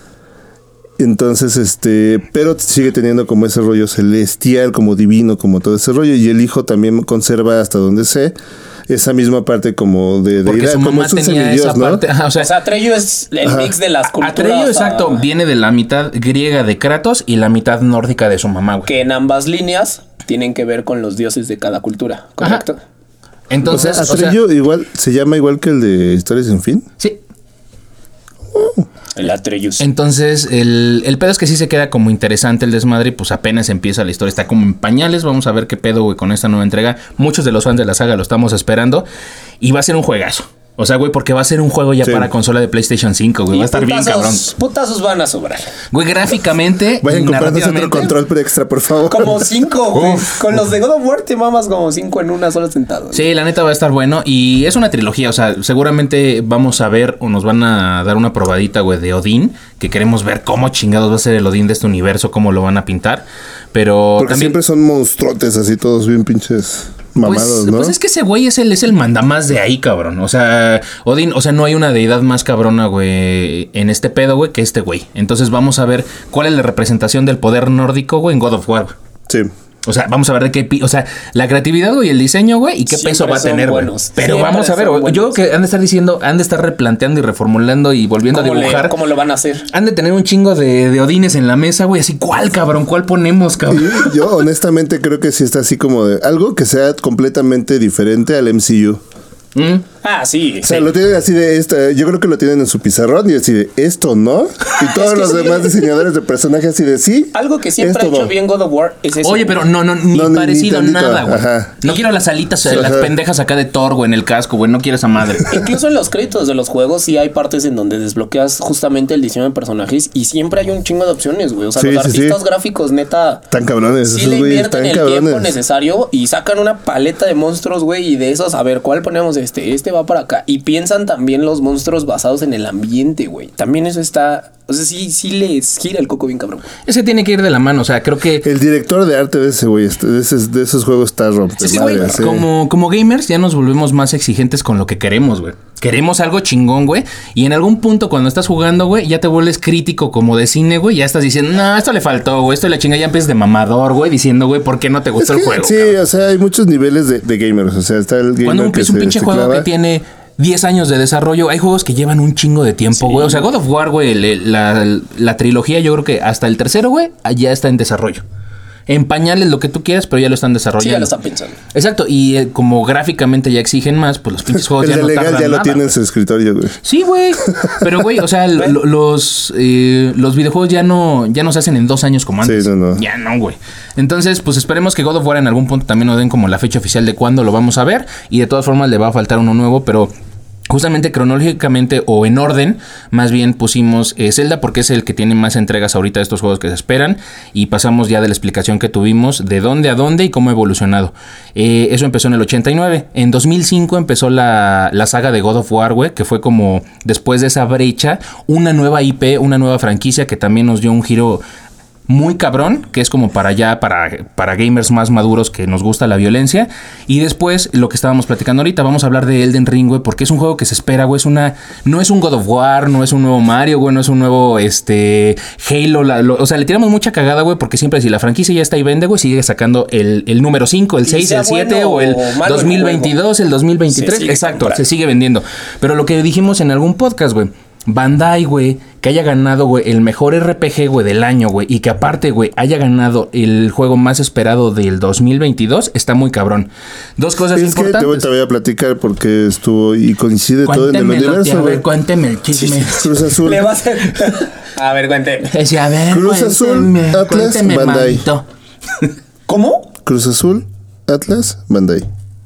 Entonces, este, pero sigue teniendo como ese rollo celestial, como divino, como todo ese rollo. Y el hijo también conserva, hasta donde sé, esa misma parte como de Porque deidad, su como mamá es un tenía semidios, esa ¿no? parte. Ajá, o sea, O sea, Atreyu es el Ajá. mix de las culturas. Atreyu, exacto, ah, viene de la mitad griega de Kratos y la mitad nórdica de su mamá, güey. que en ambas líneas tienen que ver con los dioses de cada cultura, ¿correcto? Entonces, O sea, o sea, Atreyu igual se llama igual que el de Historias sin fin. sí. El Atreyus. Entonces, el, el pedo es que sí se queda como interesante el desmadre y pues apenas empieza la historia. Está como en pañales. Vamos a ver qué pedo, güey, con esta nueva entrega. Muchos de los fans de la saga lo estamos esperando. Y va a ser un juegazo. O sea, güey, porque va a ser un juego ya Sí. para consola de PlayStation cinco, güey. Va a estar bien cabrón. Putazos van a sobrar. Güey, gráficamente. Vayan y comprándose otro narrativamente, control pre extra, por favor. Como cinco, güey. Con los de God of War te mamas como cinco en una sola sentada. Sí, la neta va a estar bueno. Y es una trilogía, o sea, seguramente vamos a ver o nos van a dar una probadita, güey, de Odín. Que queremos ver cómo chingados va a ser el Odín de este universo, cómo lo van a pintar. Pero Porque también... siempre son monstruotes así, todos bien pinches mamados, Pues, ¿no? pues es que ese güey es el, es el mandamás de ahí, cabrón. O sea, Odín, o sea, no hay una deidad más cabrona, güey, en este pedo, güey, que este güey. Entonces vamos a ver cuál es la representación del poder nórdico, güey, en God of War. Sí. O sea, vamos a ver de qué... pi- O sea, la creatividad, güey, el diseño, güey, y qué Siempre peso va a son tener, güey. buenos. Pero Siempre vamos a ver, son güey, yo buenos. creo que han de estar diciendo, han de estar replanteando y reformulando y volviendo a ¿Cómo, le- dibujar. ¿Cómo lo van a hacer? Han de tener un chingo de, de Odines en la mesa, güey, así, ¿cuál, cabrón? ¿Cuál ponemos, cabrón? Y yo honestamente creo que sí está así como de algo que sea completamente diferente al M C U. ¿Mm? Ah, sí. O sea, sí. lo tienen así de esta, yo creo que lo tienen en su pizarrón y así de esto, ¿no? Y todos Es que los sí. demás diseñadores de personajes así de sí. Algo que siempre ha esto hecho no. bien God of War es eso. Oye, pero no, no, ni No, ni- parecido ni tantito, nada, güey. ajá. No quiero las alitas, eh, las Ajá. pendejas acá de Thor, güey, en el casco, güey. No quiero esa madre. Incluso en los créditos de los juegos sí hay partes en donde desbloqueas justamente el diseño de personajes y siempre hay un chingo de opciones, güey. O sea, Sí, los sí, artistas sí. gráficos, neta, Tan cabrones, sí esos le güeyes invierten tan el tiempo cabrones. necesario y sacan una paleta de monstruos, güey, y de esos, a ver, ¿cuál ponemos este? Este va para acá. Y piensan también los monstruos basados en el ambiente, güey. También eso está... O sea, sí, sí les gira el coco bien cabrón. Ese tiene que ir de la mano, o sea, creo que... El director de arte de ese güey, este- de, ese- de esos juegos está rompe Sí, güey, madre, sí. como, como gamers ya nos volvemos más exigentes con lo que queremos, güey. Queremos algo chingón, güey. Y en algún punto cuando estás jugando, güey, ya te vuelves crítico como de cine, güey. Ya estás diciendo, no, esto le faltó, güey. Esto la chinga ya empiezas de mamador, güey. Diciendo, güey, ¿por qué no te gustó Es el que, juego? sí, cabrón? o sea, hay muchos niveles de, de gamers. O sea, está el gamer Cuando un, que es un se- pinche se juego clava. que tiene diez años de desarrollo, hay juegos que llevan un chingo de tiempo, güey. O sea, God of War, güey, le- la, la trilogía, yo creo que hasta el tercero, güey, ya está en desarrollo. En pañales, lo que tú quieras, pero ya lo están desarrollando. Sí, ya lo están pensando. Exacto, y eh, como gráficamente ya exigen más, pues los pinches juegos El ya de no legal tardan ya lo nada, tiene en güey. su escritorio, güey. Sí, güey. Pero, güey, o sea, lo- lo- los, eh, los videojuegos ya no, ya no se hacen en dos años como antes. Sí, no, no. Ya no, güey. Entonces, pues esperemos que God of War en algún punto también nos den como la fecha oficial de cuándo lo vamos a ver. Y de todas formas le va a faltar uno nuevo, pero Justamente cronológicamente o en orden, más bien pusimos eh, Zelda porque es el que tiene más entregas ahorita de estos juegos que se esperan y pasamos ya de la explicación que tuvimos de dónde a dónde y cómo ha evolucionado. Eh, eso empezó en el ochenta y nueve. En dos mil cinco empezó la, la saga de God of War, güey, que fue como después de esa brecha, una nueva I P, una nueva franquicia que también nos dio un giro muy cabrón, que es como para allá, para, para gamers más maduros que nos gusta la violencia. Y después, lo que estábamos platicando ahorita, vamos a hablar de Elden Ring, güey, porque es un juego que se espera, güey, es una... No es un God of War, no es un nuevo Mario, güey, no es un nuevo, este... Halo, la, lo, o sea, le tiramos mucha cagada, güey, porque siempre si la franquicia ya está y vende, güey, sigue sacando el, el número cinco, el seis, el siete bueno o el dos mil veintidós, el, el dos mil veintitrés, exacto, comprando. Se sigue vendiendo. Pero lo que dijimos en algún podcast, güey, Bandai, güey, que haya ganado, güey, el mejor R P G, güey, del año, güey, y que aparte, güey, haya ganado el juego más esperado del dos mil veintidós, está muy cabrón. Dos cosas es importantes. Que te voy a platicar porque estuvo y coincide todo en el universo, güey. Cuénteme el chisme. Cruz Azul. Le vas a... a ver, cuénteme. A ver, Cruz Azul, Atlas, Bandai. Manito. ¿Cómo? Cruz Azul, Atlas, Bandai.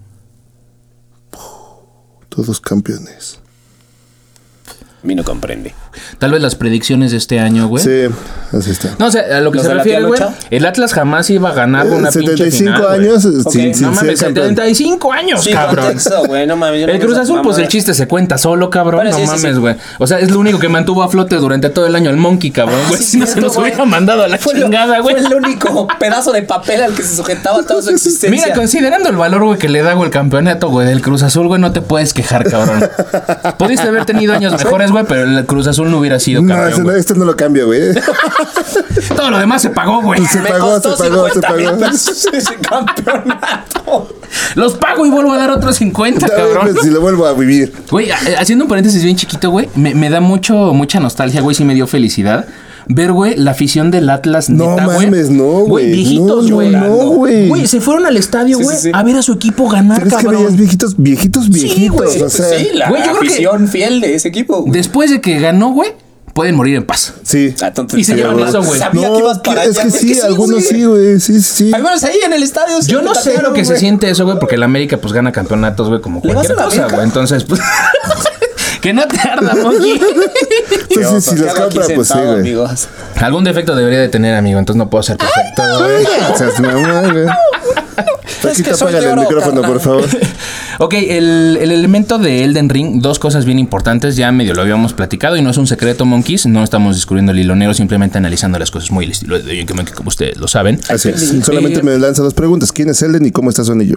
Todos campeones. A mí no comprende. Tal vez las predicciones de este año, güey. Sí, así está. No, o sea, a lo que se refiere, güey, el Atlas jamás iba a ganar una pinche final, setenta y cinco años, okay. sin, sin no mames, setenta y cinco años, sí, cabrón. Contexto, güey, no mames, el Cruz Azul, pues el chiste se cuenta solo, cabrón. Pero no sí, mames, güey. Sí, sí. O sea, es lo único que mantuvo a flote durante todo el año el Monkey, cabrón, güey. Sí, si no se nos hubiera mandado a la fue chingada, güey. Fue el único pedazo de papel al que se sujetaba toda su existencia. Mira, considerando el valor, güey, que le da, güey, el campeonato, güey, del Cruz Azul, güey, no te puedes quejar, cabrón. Pudiste haber tenido años mejores, güey, pero el Cruz Azul no hubiera sido no, campeón, no, esto no lo cambia, güey. Todo lo demás se pagó, güey. Se Me pagó, se pagó, se pagó. Ese campeonato. Los pago y vuelvo a dar otros cincuenta, ya, cabrón. Pues, si lo vuelvo a vivir. Güey, haciendo un paréntesis bien chiquito, güey, me, me da mucho, mucha nostalgia, güey, sí me dio felicidad. Ver, güey, la afición del Atlas, no neta, mames, güey. no, güey. Viejitos, güey. No, no, güey. Güey, se fueron al estadio, güey, sí, sí, sí. a ver a su equipo ganar, pero es cabrón. que veías viejitos, viejitos, viejitos. Sí, o sea, sí, la güey, yo afición creo que fiel de ese equipo. Güey. Después de que ganó, güey, pueden morir en paz. Sí. Ah, entonces, y se llevan eso, güey. Sabía no, que ibas para que, es allá. que sí, es que algunos sí, güey. Sí, sí. Algunos ahí en el estadio. Yo no sé lo que wey. se siente eso, güey, porque el América pues gana campeonatos, güey, como cualquier cosa, güey. Entonces, pues... Que no te arda, Monkey. Entonces, si los compra, pues sí, güey. Amigos. Algún defecto debería de tener, amigo. Entonces no puedo ser perfecto, güey. O sea, es mamá, güey. Paquita, apágale el micrófono, por favor. Ok, el, el elemento de Elden Ring, dos cosas bien importantes. Ya medio lo habíamos platicado y no es un secreto, Monkeys. No estamos descubriendo el hilo negro, simplemente analizando las cosas muy al estilo de Yonkey Monkey, como ustedes lo saben. Así es. Solamente eh, me lanza dos preguntas. ¿Quién es Elden y cómo está su anillo?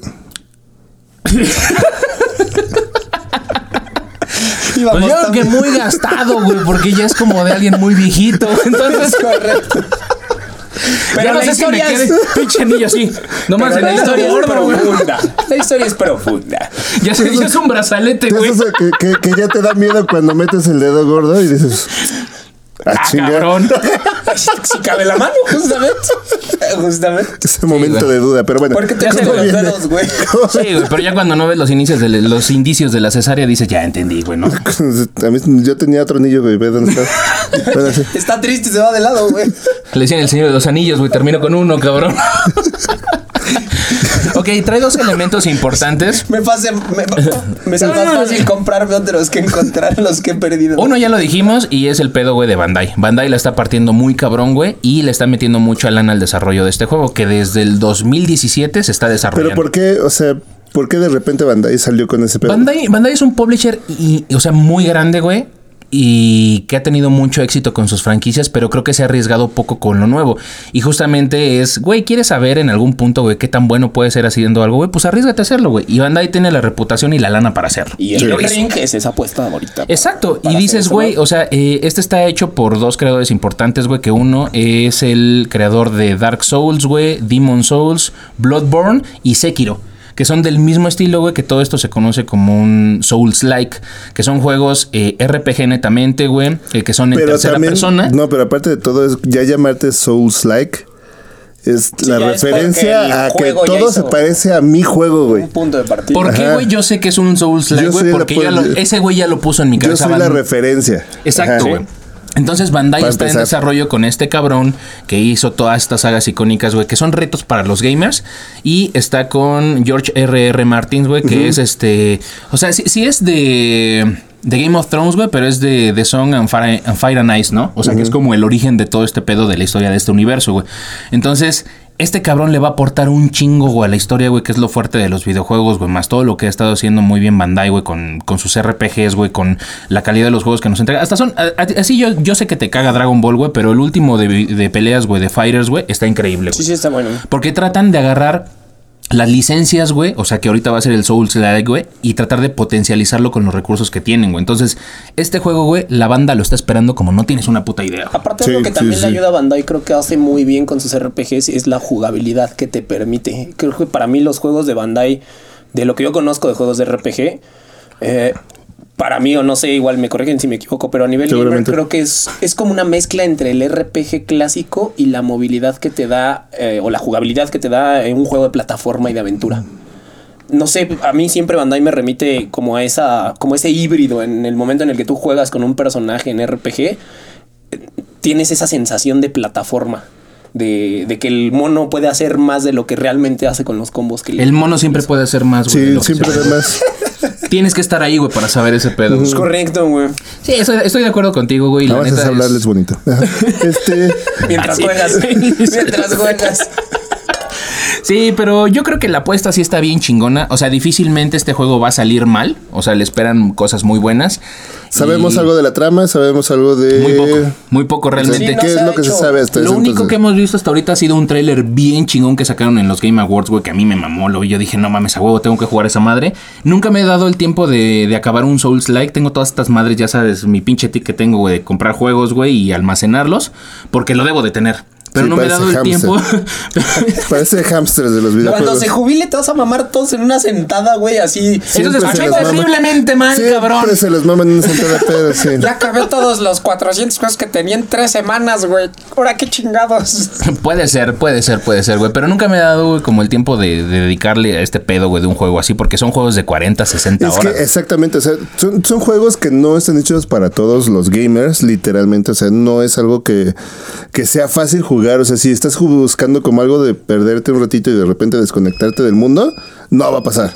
Pues yo creo que muy gastado, güey, porque ya es como de alguien muy viejito. Entonces, correcto. Pero ya no sé si me quede pinche anillo así. Nomás en la historia es profunda. La historia es profunda. Ya, se, ya es un brazalete, güey. Es que, que, que ya te da miedo cuando metes el dedo gordo y dices... Ah, cabrón. Si cabe la mano, justamente. Justamente. Ese momento sí, de duda, pero bueno. ¿Por qué te hacen los dedos, güey? Sí, güey, pero ya cuando no ves los inicios de los indicios de la cesárea dices, ya entendí, güey, ¿no? A mí yo tenía otro anillo, güey, ve dónde está. Bueno, sí. Está triste, se va de lado, güey. Le decían el señor de los anillos, güey, termino con uno, cabrón. Ok, trae dos elementos importantes. Me pasa, me, me es más fácil comprarme otros que encontrar los que he perdido. Uno ya lo dijimos y es el pedo, güey, de Bandai. Bandai la está partiendo muy cabrón, güey, y le está metiendo mucho lana al desarrollo de este juego, que desde el dos mil diecisiete se está desarrollando. Pero ¿por qué? O sea, ¿por qué de repente Bandai salió con ese pedo? Bandai, Bandai es un publisher, y, o sea, muy grande, güey. Y que ha tenido mucho éxito con sus franquicias, pero creo que se ha arriesgado poco con lo nuevo. Y justamente es, güey, ¿quieres saber en algún punto, güey, qué tan bueno puede ser haciendo algo, güey? Pues arriesgate a hacerlo, güey. Y Bandai tiene la reputación y la lana para hacerlo. Y el sí. Ring es esa apuesta ahorita. Exacto. Y dices, güey, o sea, eh, este está hecho por dos creadores importantes, güey, que uno es el creador de Dark Souls, güey, Demon Souls, Bloodborne y Sekiro, que son del mismo estilo, güey, que todo esto se conoce como un Souls-like, que son juegos eh, R P G netamente, güey, eh, que son en pero tercera también, persona. No, pero aparte de todo, es ya llamarte Souls-like es sí, la referencia a que todo se parece a mi juego, güey. Un punto de partida. ¿Por qué, güey? Yo sé que es un Souls-like, güey, porque ya lo, ese güey ya lo puso en mi cabeza. Yo soy la referencia. Exacto, güey. Entonces Bandai Para está empezar. en desarrollo con este cabrón que hizo todas estas sagas icónicas, güey, que son retos para los gamers. Y está con George R R. Martin, güey, que uh-huh. es este... O sea, sí, sí es de... de Game of Thrones, güey, pero es de, de Song and Fire, and Fire and Ice, ¿no? O sea, uh-huh. que es como el origen de todo este pedo de la historia de este universo, güey. Entonces... este cabrón le va a aportar un chingo, güey, a la historia, güey, que es lo fuerte de los videojuegos, güey, más todo lo que ha estado haciendo muy bien Bandai, güey, con, con sus R P Gs, güey, con la calidad de los juegos que nos entrega. Hasta son, a, a, así yo, yo sé que te caga Dragon Ball, güey, pero el último de, de peleas, güey, de Fighters, güey, está increíble, güey. Sí, sí, está bueno. Porque tratan de agarrar las licencias, güey, o sea que ahorita va a ser el Souls-like, güey, y tratar de potencializarlo con los recursos que tienen, güey. Entonces, este juego, güey, la banda lo está esperando como no tienes una puta idea. Aparte sí, de lo que sí, también sí. le ayuda a Bandai, creo que hace muy bien con sus R P Gs, es la jugabilidad que te permite. Creo que para mí los juegos de Bandai, de lo que yo conozco de juegos de R P G, eh, para mí, o no sé, igual me corrigen si me equivoco, pero a nivel gamer creo que es, es como una mezcla entre el R P G clásico y la movilidad que te da, eh, o la jugabilidad que te da en un juego de plataforma y de aventura. No sé, a mí siempre Bandai me remite como a esa, como ese híbrido en el momento en el que tú juegas con un personaje en R P G, tienes esa sensación de plataforma. De, de que el mono puede hacer más de lo que realmente hace con los combos que el mono siempre puede hacer más, güey. Sí, de siempre hace más. Tienes que estar ahí, güey, para saber ese pedo. Es correcto, güey. Sí, estoy, estoy de acuerdo contigo, güey. La neta es hablarles bonito. este... Mientras juegas. Mientras juegas. Sí, pero yo creo que la apuesta sí está bien chingona. O sea, difícilmente este juego va a salir mal. O sea, le esperan cosas muy buenas. ¿Sabemos y... algo de la trama? ¿Sabemos algo de...? Muy poco, muy poco realmente. Sí, no ¿Qué es lo que hecho. se sabe hasta Lo ese único entonces? que hemos visto hasta ahorita ha sido un tráiler bien chingón que sacaron en los Game Awards, güey, que a mí me mamó, lo vi. Yo dije, no mames, a huevo, tengo que jugar esa madre. Nunca me he dado el tiempo de, de acabar un Souls-like. Tengo todas estas madres, ya sabes, mi pinche tic que tengo, güey, de comprar juegos, güey, y almacenarlos, porque lo debo de tener. Pero sí, no me he dado el hamster. tiempo. Parece hamster de los videojuegos. Cuando se jubile te vas a mamar todos en una sentada, güey, así. Siempre Eso se escucha terriblemente mal, Siempre cabrón. Siempre se los maman en una sentada, pero sí. Ya acabé todos los cuatrocientos juegos que tenía en tres semanas, güey. Ahora qué chingados. Puede ser, puede ser, puede ser, güey. Pero nunca me he dado, güey, como el tiempo de, de dedicarle a este pedo, güey, de un juego así. Porque son juegos de cuarenta, sesenta es horas. Que exactamente, o sea, son, son juegos que no están hechos para todos los gamers, literalmente. O sea, no es algo que, que sea fácil jugar. O sea, si estás buscando como algo de perderte un ratito y de repente desconectarte del mundo, no va a pasar.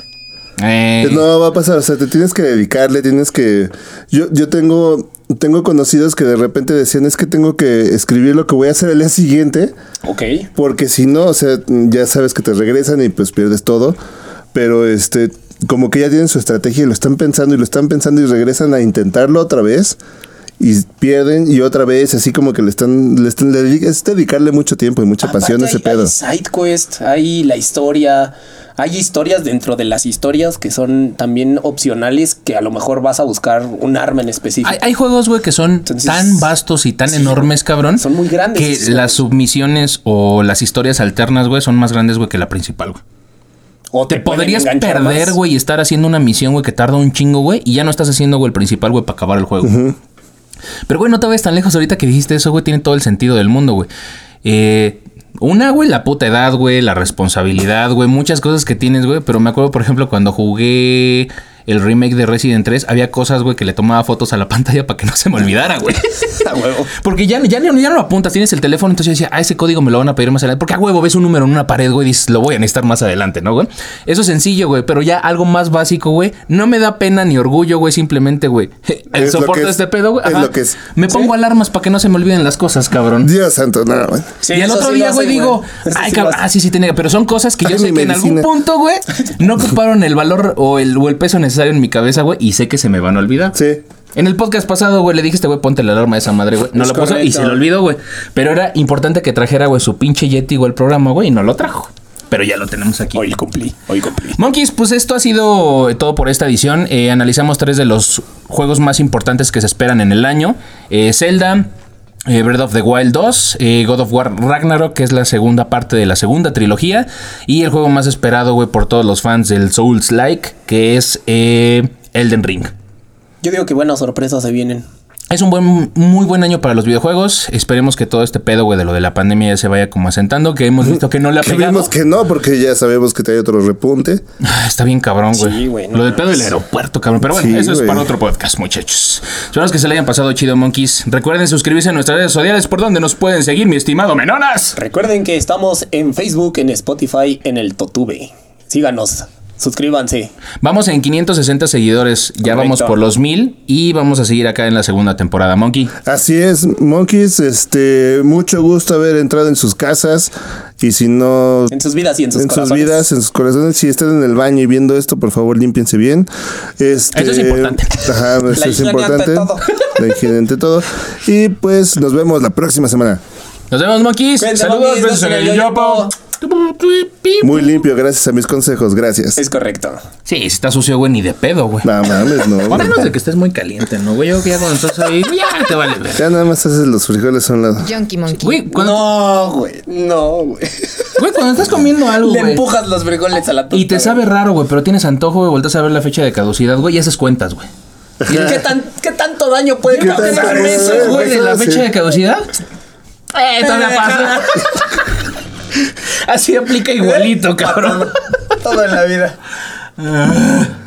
Eh. No va a pasar, o sea, te tienes que dedicarle, tienes que... Yo, yo tengo, tengo conocidos que de repente decían, es que tengo que escribir lo que voy a hacer el día siguiente. Ok. Porque si no, o sea, ya sabes que te regresan y pues pierdes todo. Pero este, como que ya tienen su estrategia y lo están pensando y lo están pensando y regresan a intentarlo otra vez. Y pierden y otra vez, así como que le están, le están, le dedica, es dedicarle mucho tiempo y mucha Aparte pasión a ese hay, pedo. Hay side quest, hay la historia, hay historias dentro de las historias que son también opcionales, que a lo mejor vas a buscar un arma en específico. Hay, hay juegos, güey, que son Entonces, tan vastos y tan sí, enormes, cabrón. Son muy grandes. Que son. las submisiones o las historias alternas, güey, son más grandes, güey, que la principal, güey. O te, te podrías perder, güey, y estar haciendo una misión, güey, que tarda un chingo, güey, y ya no estás haciendo, güey, el principal, güey, para acabar el juego. Uh-huh. Pero, güey, no te vayas tan lejos. Ahorita que dijiste eso, güey, tiene todo el sentido del mundo, güey. Eh, una, güey, la puta edad, güey, la responsabilidad, güey, muchas cosas que tienes, güey. Pero me acuerdo, por ejemplo, cuando jugué el remake de Resident tres, había cosas, güey, que le tomaba fotos a la pantalla para que no se me olvidara, güey. A huevo. Porque ya, ya, ya no lo apuntas, tienes el teléfono, entonces yo decía, ah, ese código me lo van a pedir más adelante. Porque a huevo ves un número en una pared, güey, y dices, lo voy a necesitar más adelante, ¿no, güey? Eso es sencillo, güey, pero ya algo más básico, güey, no me da pena ni orgullo, güey, simplemente, güey, el soporte de este pedo, güey. Es lo que es. Me pongo ¿Sí? alarmas para que no se me olviden las cosas, cabrón. Dios santo, no, güey. Sí, y el otro sí día, güey, digo, ay, sí cabrón, ah, sí, sí, tiene, pero son cosas que yo sé que medicina. En algún punto, güey, no ocuparon el valor o el, o el peso necesario en mi cabeza, güey, y sé que se me van a olvidar. Sí. En el podcast pasado, güey, le dije a este güey, ponte la alarma de esa madre, güey. No es lo puso y se lo olvidó, güey. Pero era importante que trajera, güey, su pinche Yeti, güey, el programa, güey, y no lo trajo. Pero ya lo tenemos aquí. Hoy cumplí, hoy cumplí. Monkeys, pues esto ha sido todo por esta edición. Eh, analizamos tres de los juegos más importantes que se esperan en el año. Eh, Zelda, eh, Breath of the Wild dos, eh, God of War Ragnarok, que es la segunda parte de la segunda trilogía. Y el juego más esperado, güey, por todos los fans del Souls-like, que es eh, Elden Ring. Yo digo que buenas sorpresas se vienen. Es un buen, muy buen año para los videojuegos. Esperemos que todo este pedo, güey, de lo de la pandemia ya se vaya como asentando, que hemos visto que no le ha pegado. Creemos que no, porque ya sabemos que trae otro repunte. Ah, está bien cabrón, güey. Sí, güey, no lo del pedo del mames. aeropuerto, cabrón. Pero bueno, Sí, eso es güey. para otro podcast, muchachos. Esperamos que se le hayan pasado chido, monkeys. Recuerden suscribirse a nuestras redes sociales por donde nos pueden seguir, mi estimado Menonas. Recuerden que estamos en Facebook, en Spotify, en el Totube. Síganos, suscríbanse. Vamos en quinientos sesenta seguidores. Ya Correcto. vamos por los mil y vamos a seguir acá en la segunda temporada, Monkey. Así es, monkeys, este, mucho gusto haber entrado en sus casas y si no... En sus vidas y en sus en sus corazones. vidas, en sus corazones. Si están en el baño y viendo esto, por favor, límpiense bien. Este, Eso es importante. Ajá, eso La es higiene importante. ante todo. La higiene ante todo. Y pues nos vemos la próxima semana. Nos vemos, monkeys. Cuídense, Saludos, monkeys, besos en el yoyopo. Muy limpio, gracias a mis consejos. Gracias. Es correcto. Sí, si está sucio, güey, ni de pedo, güey. No mames, no. A güey. menos de que estés muy caliente, ¿no, güey? Yo ya cuando estás ahí, ya te vale ver. Ya nada más haces los frijoles a un lado. Junkie Monkey. Güey, cuando, No, güey. No, güey. güey, cuando estás comiendo algo, Le güey, empujas los frijoles a la torta. y te sabe raro, güey, pero tienes antojo, güey, volteas a ver la fecha de caducidad, güey, y haces cuentas, güey. ¿Qué, tan, ¿Qué tanto daño puede ¿Qué causar tanto, eso, güey? Güey, de la Sí. fecha de caducidad. Eh, todavía pasa. Así aplica igualito, cabrón. Todo en la vida.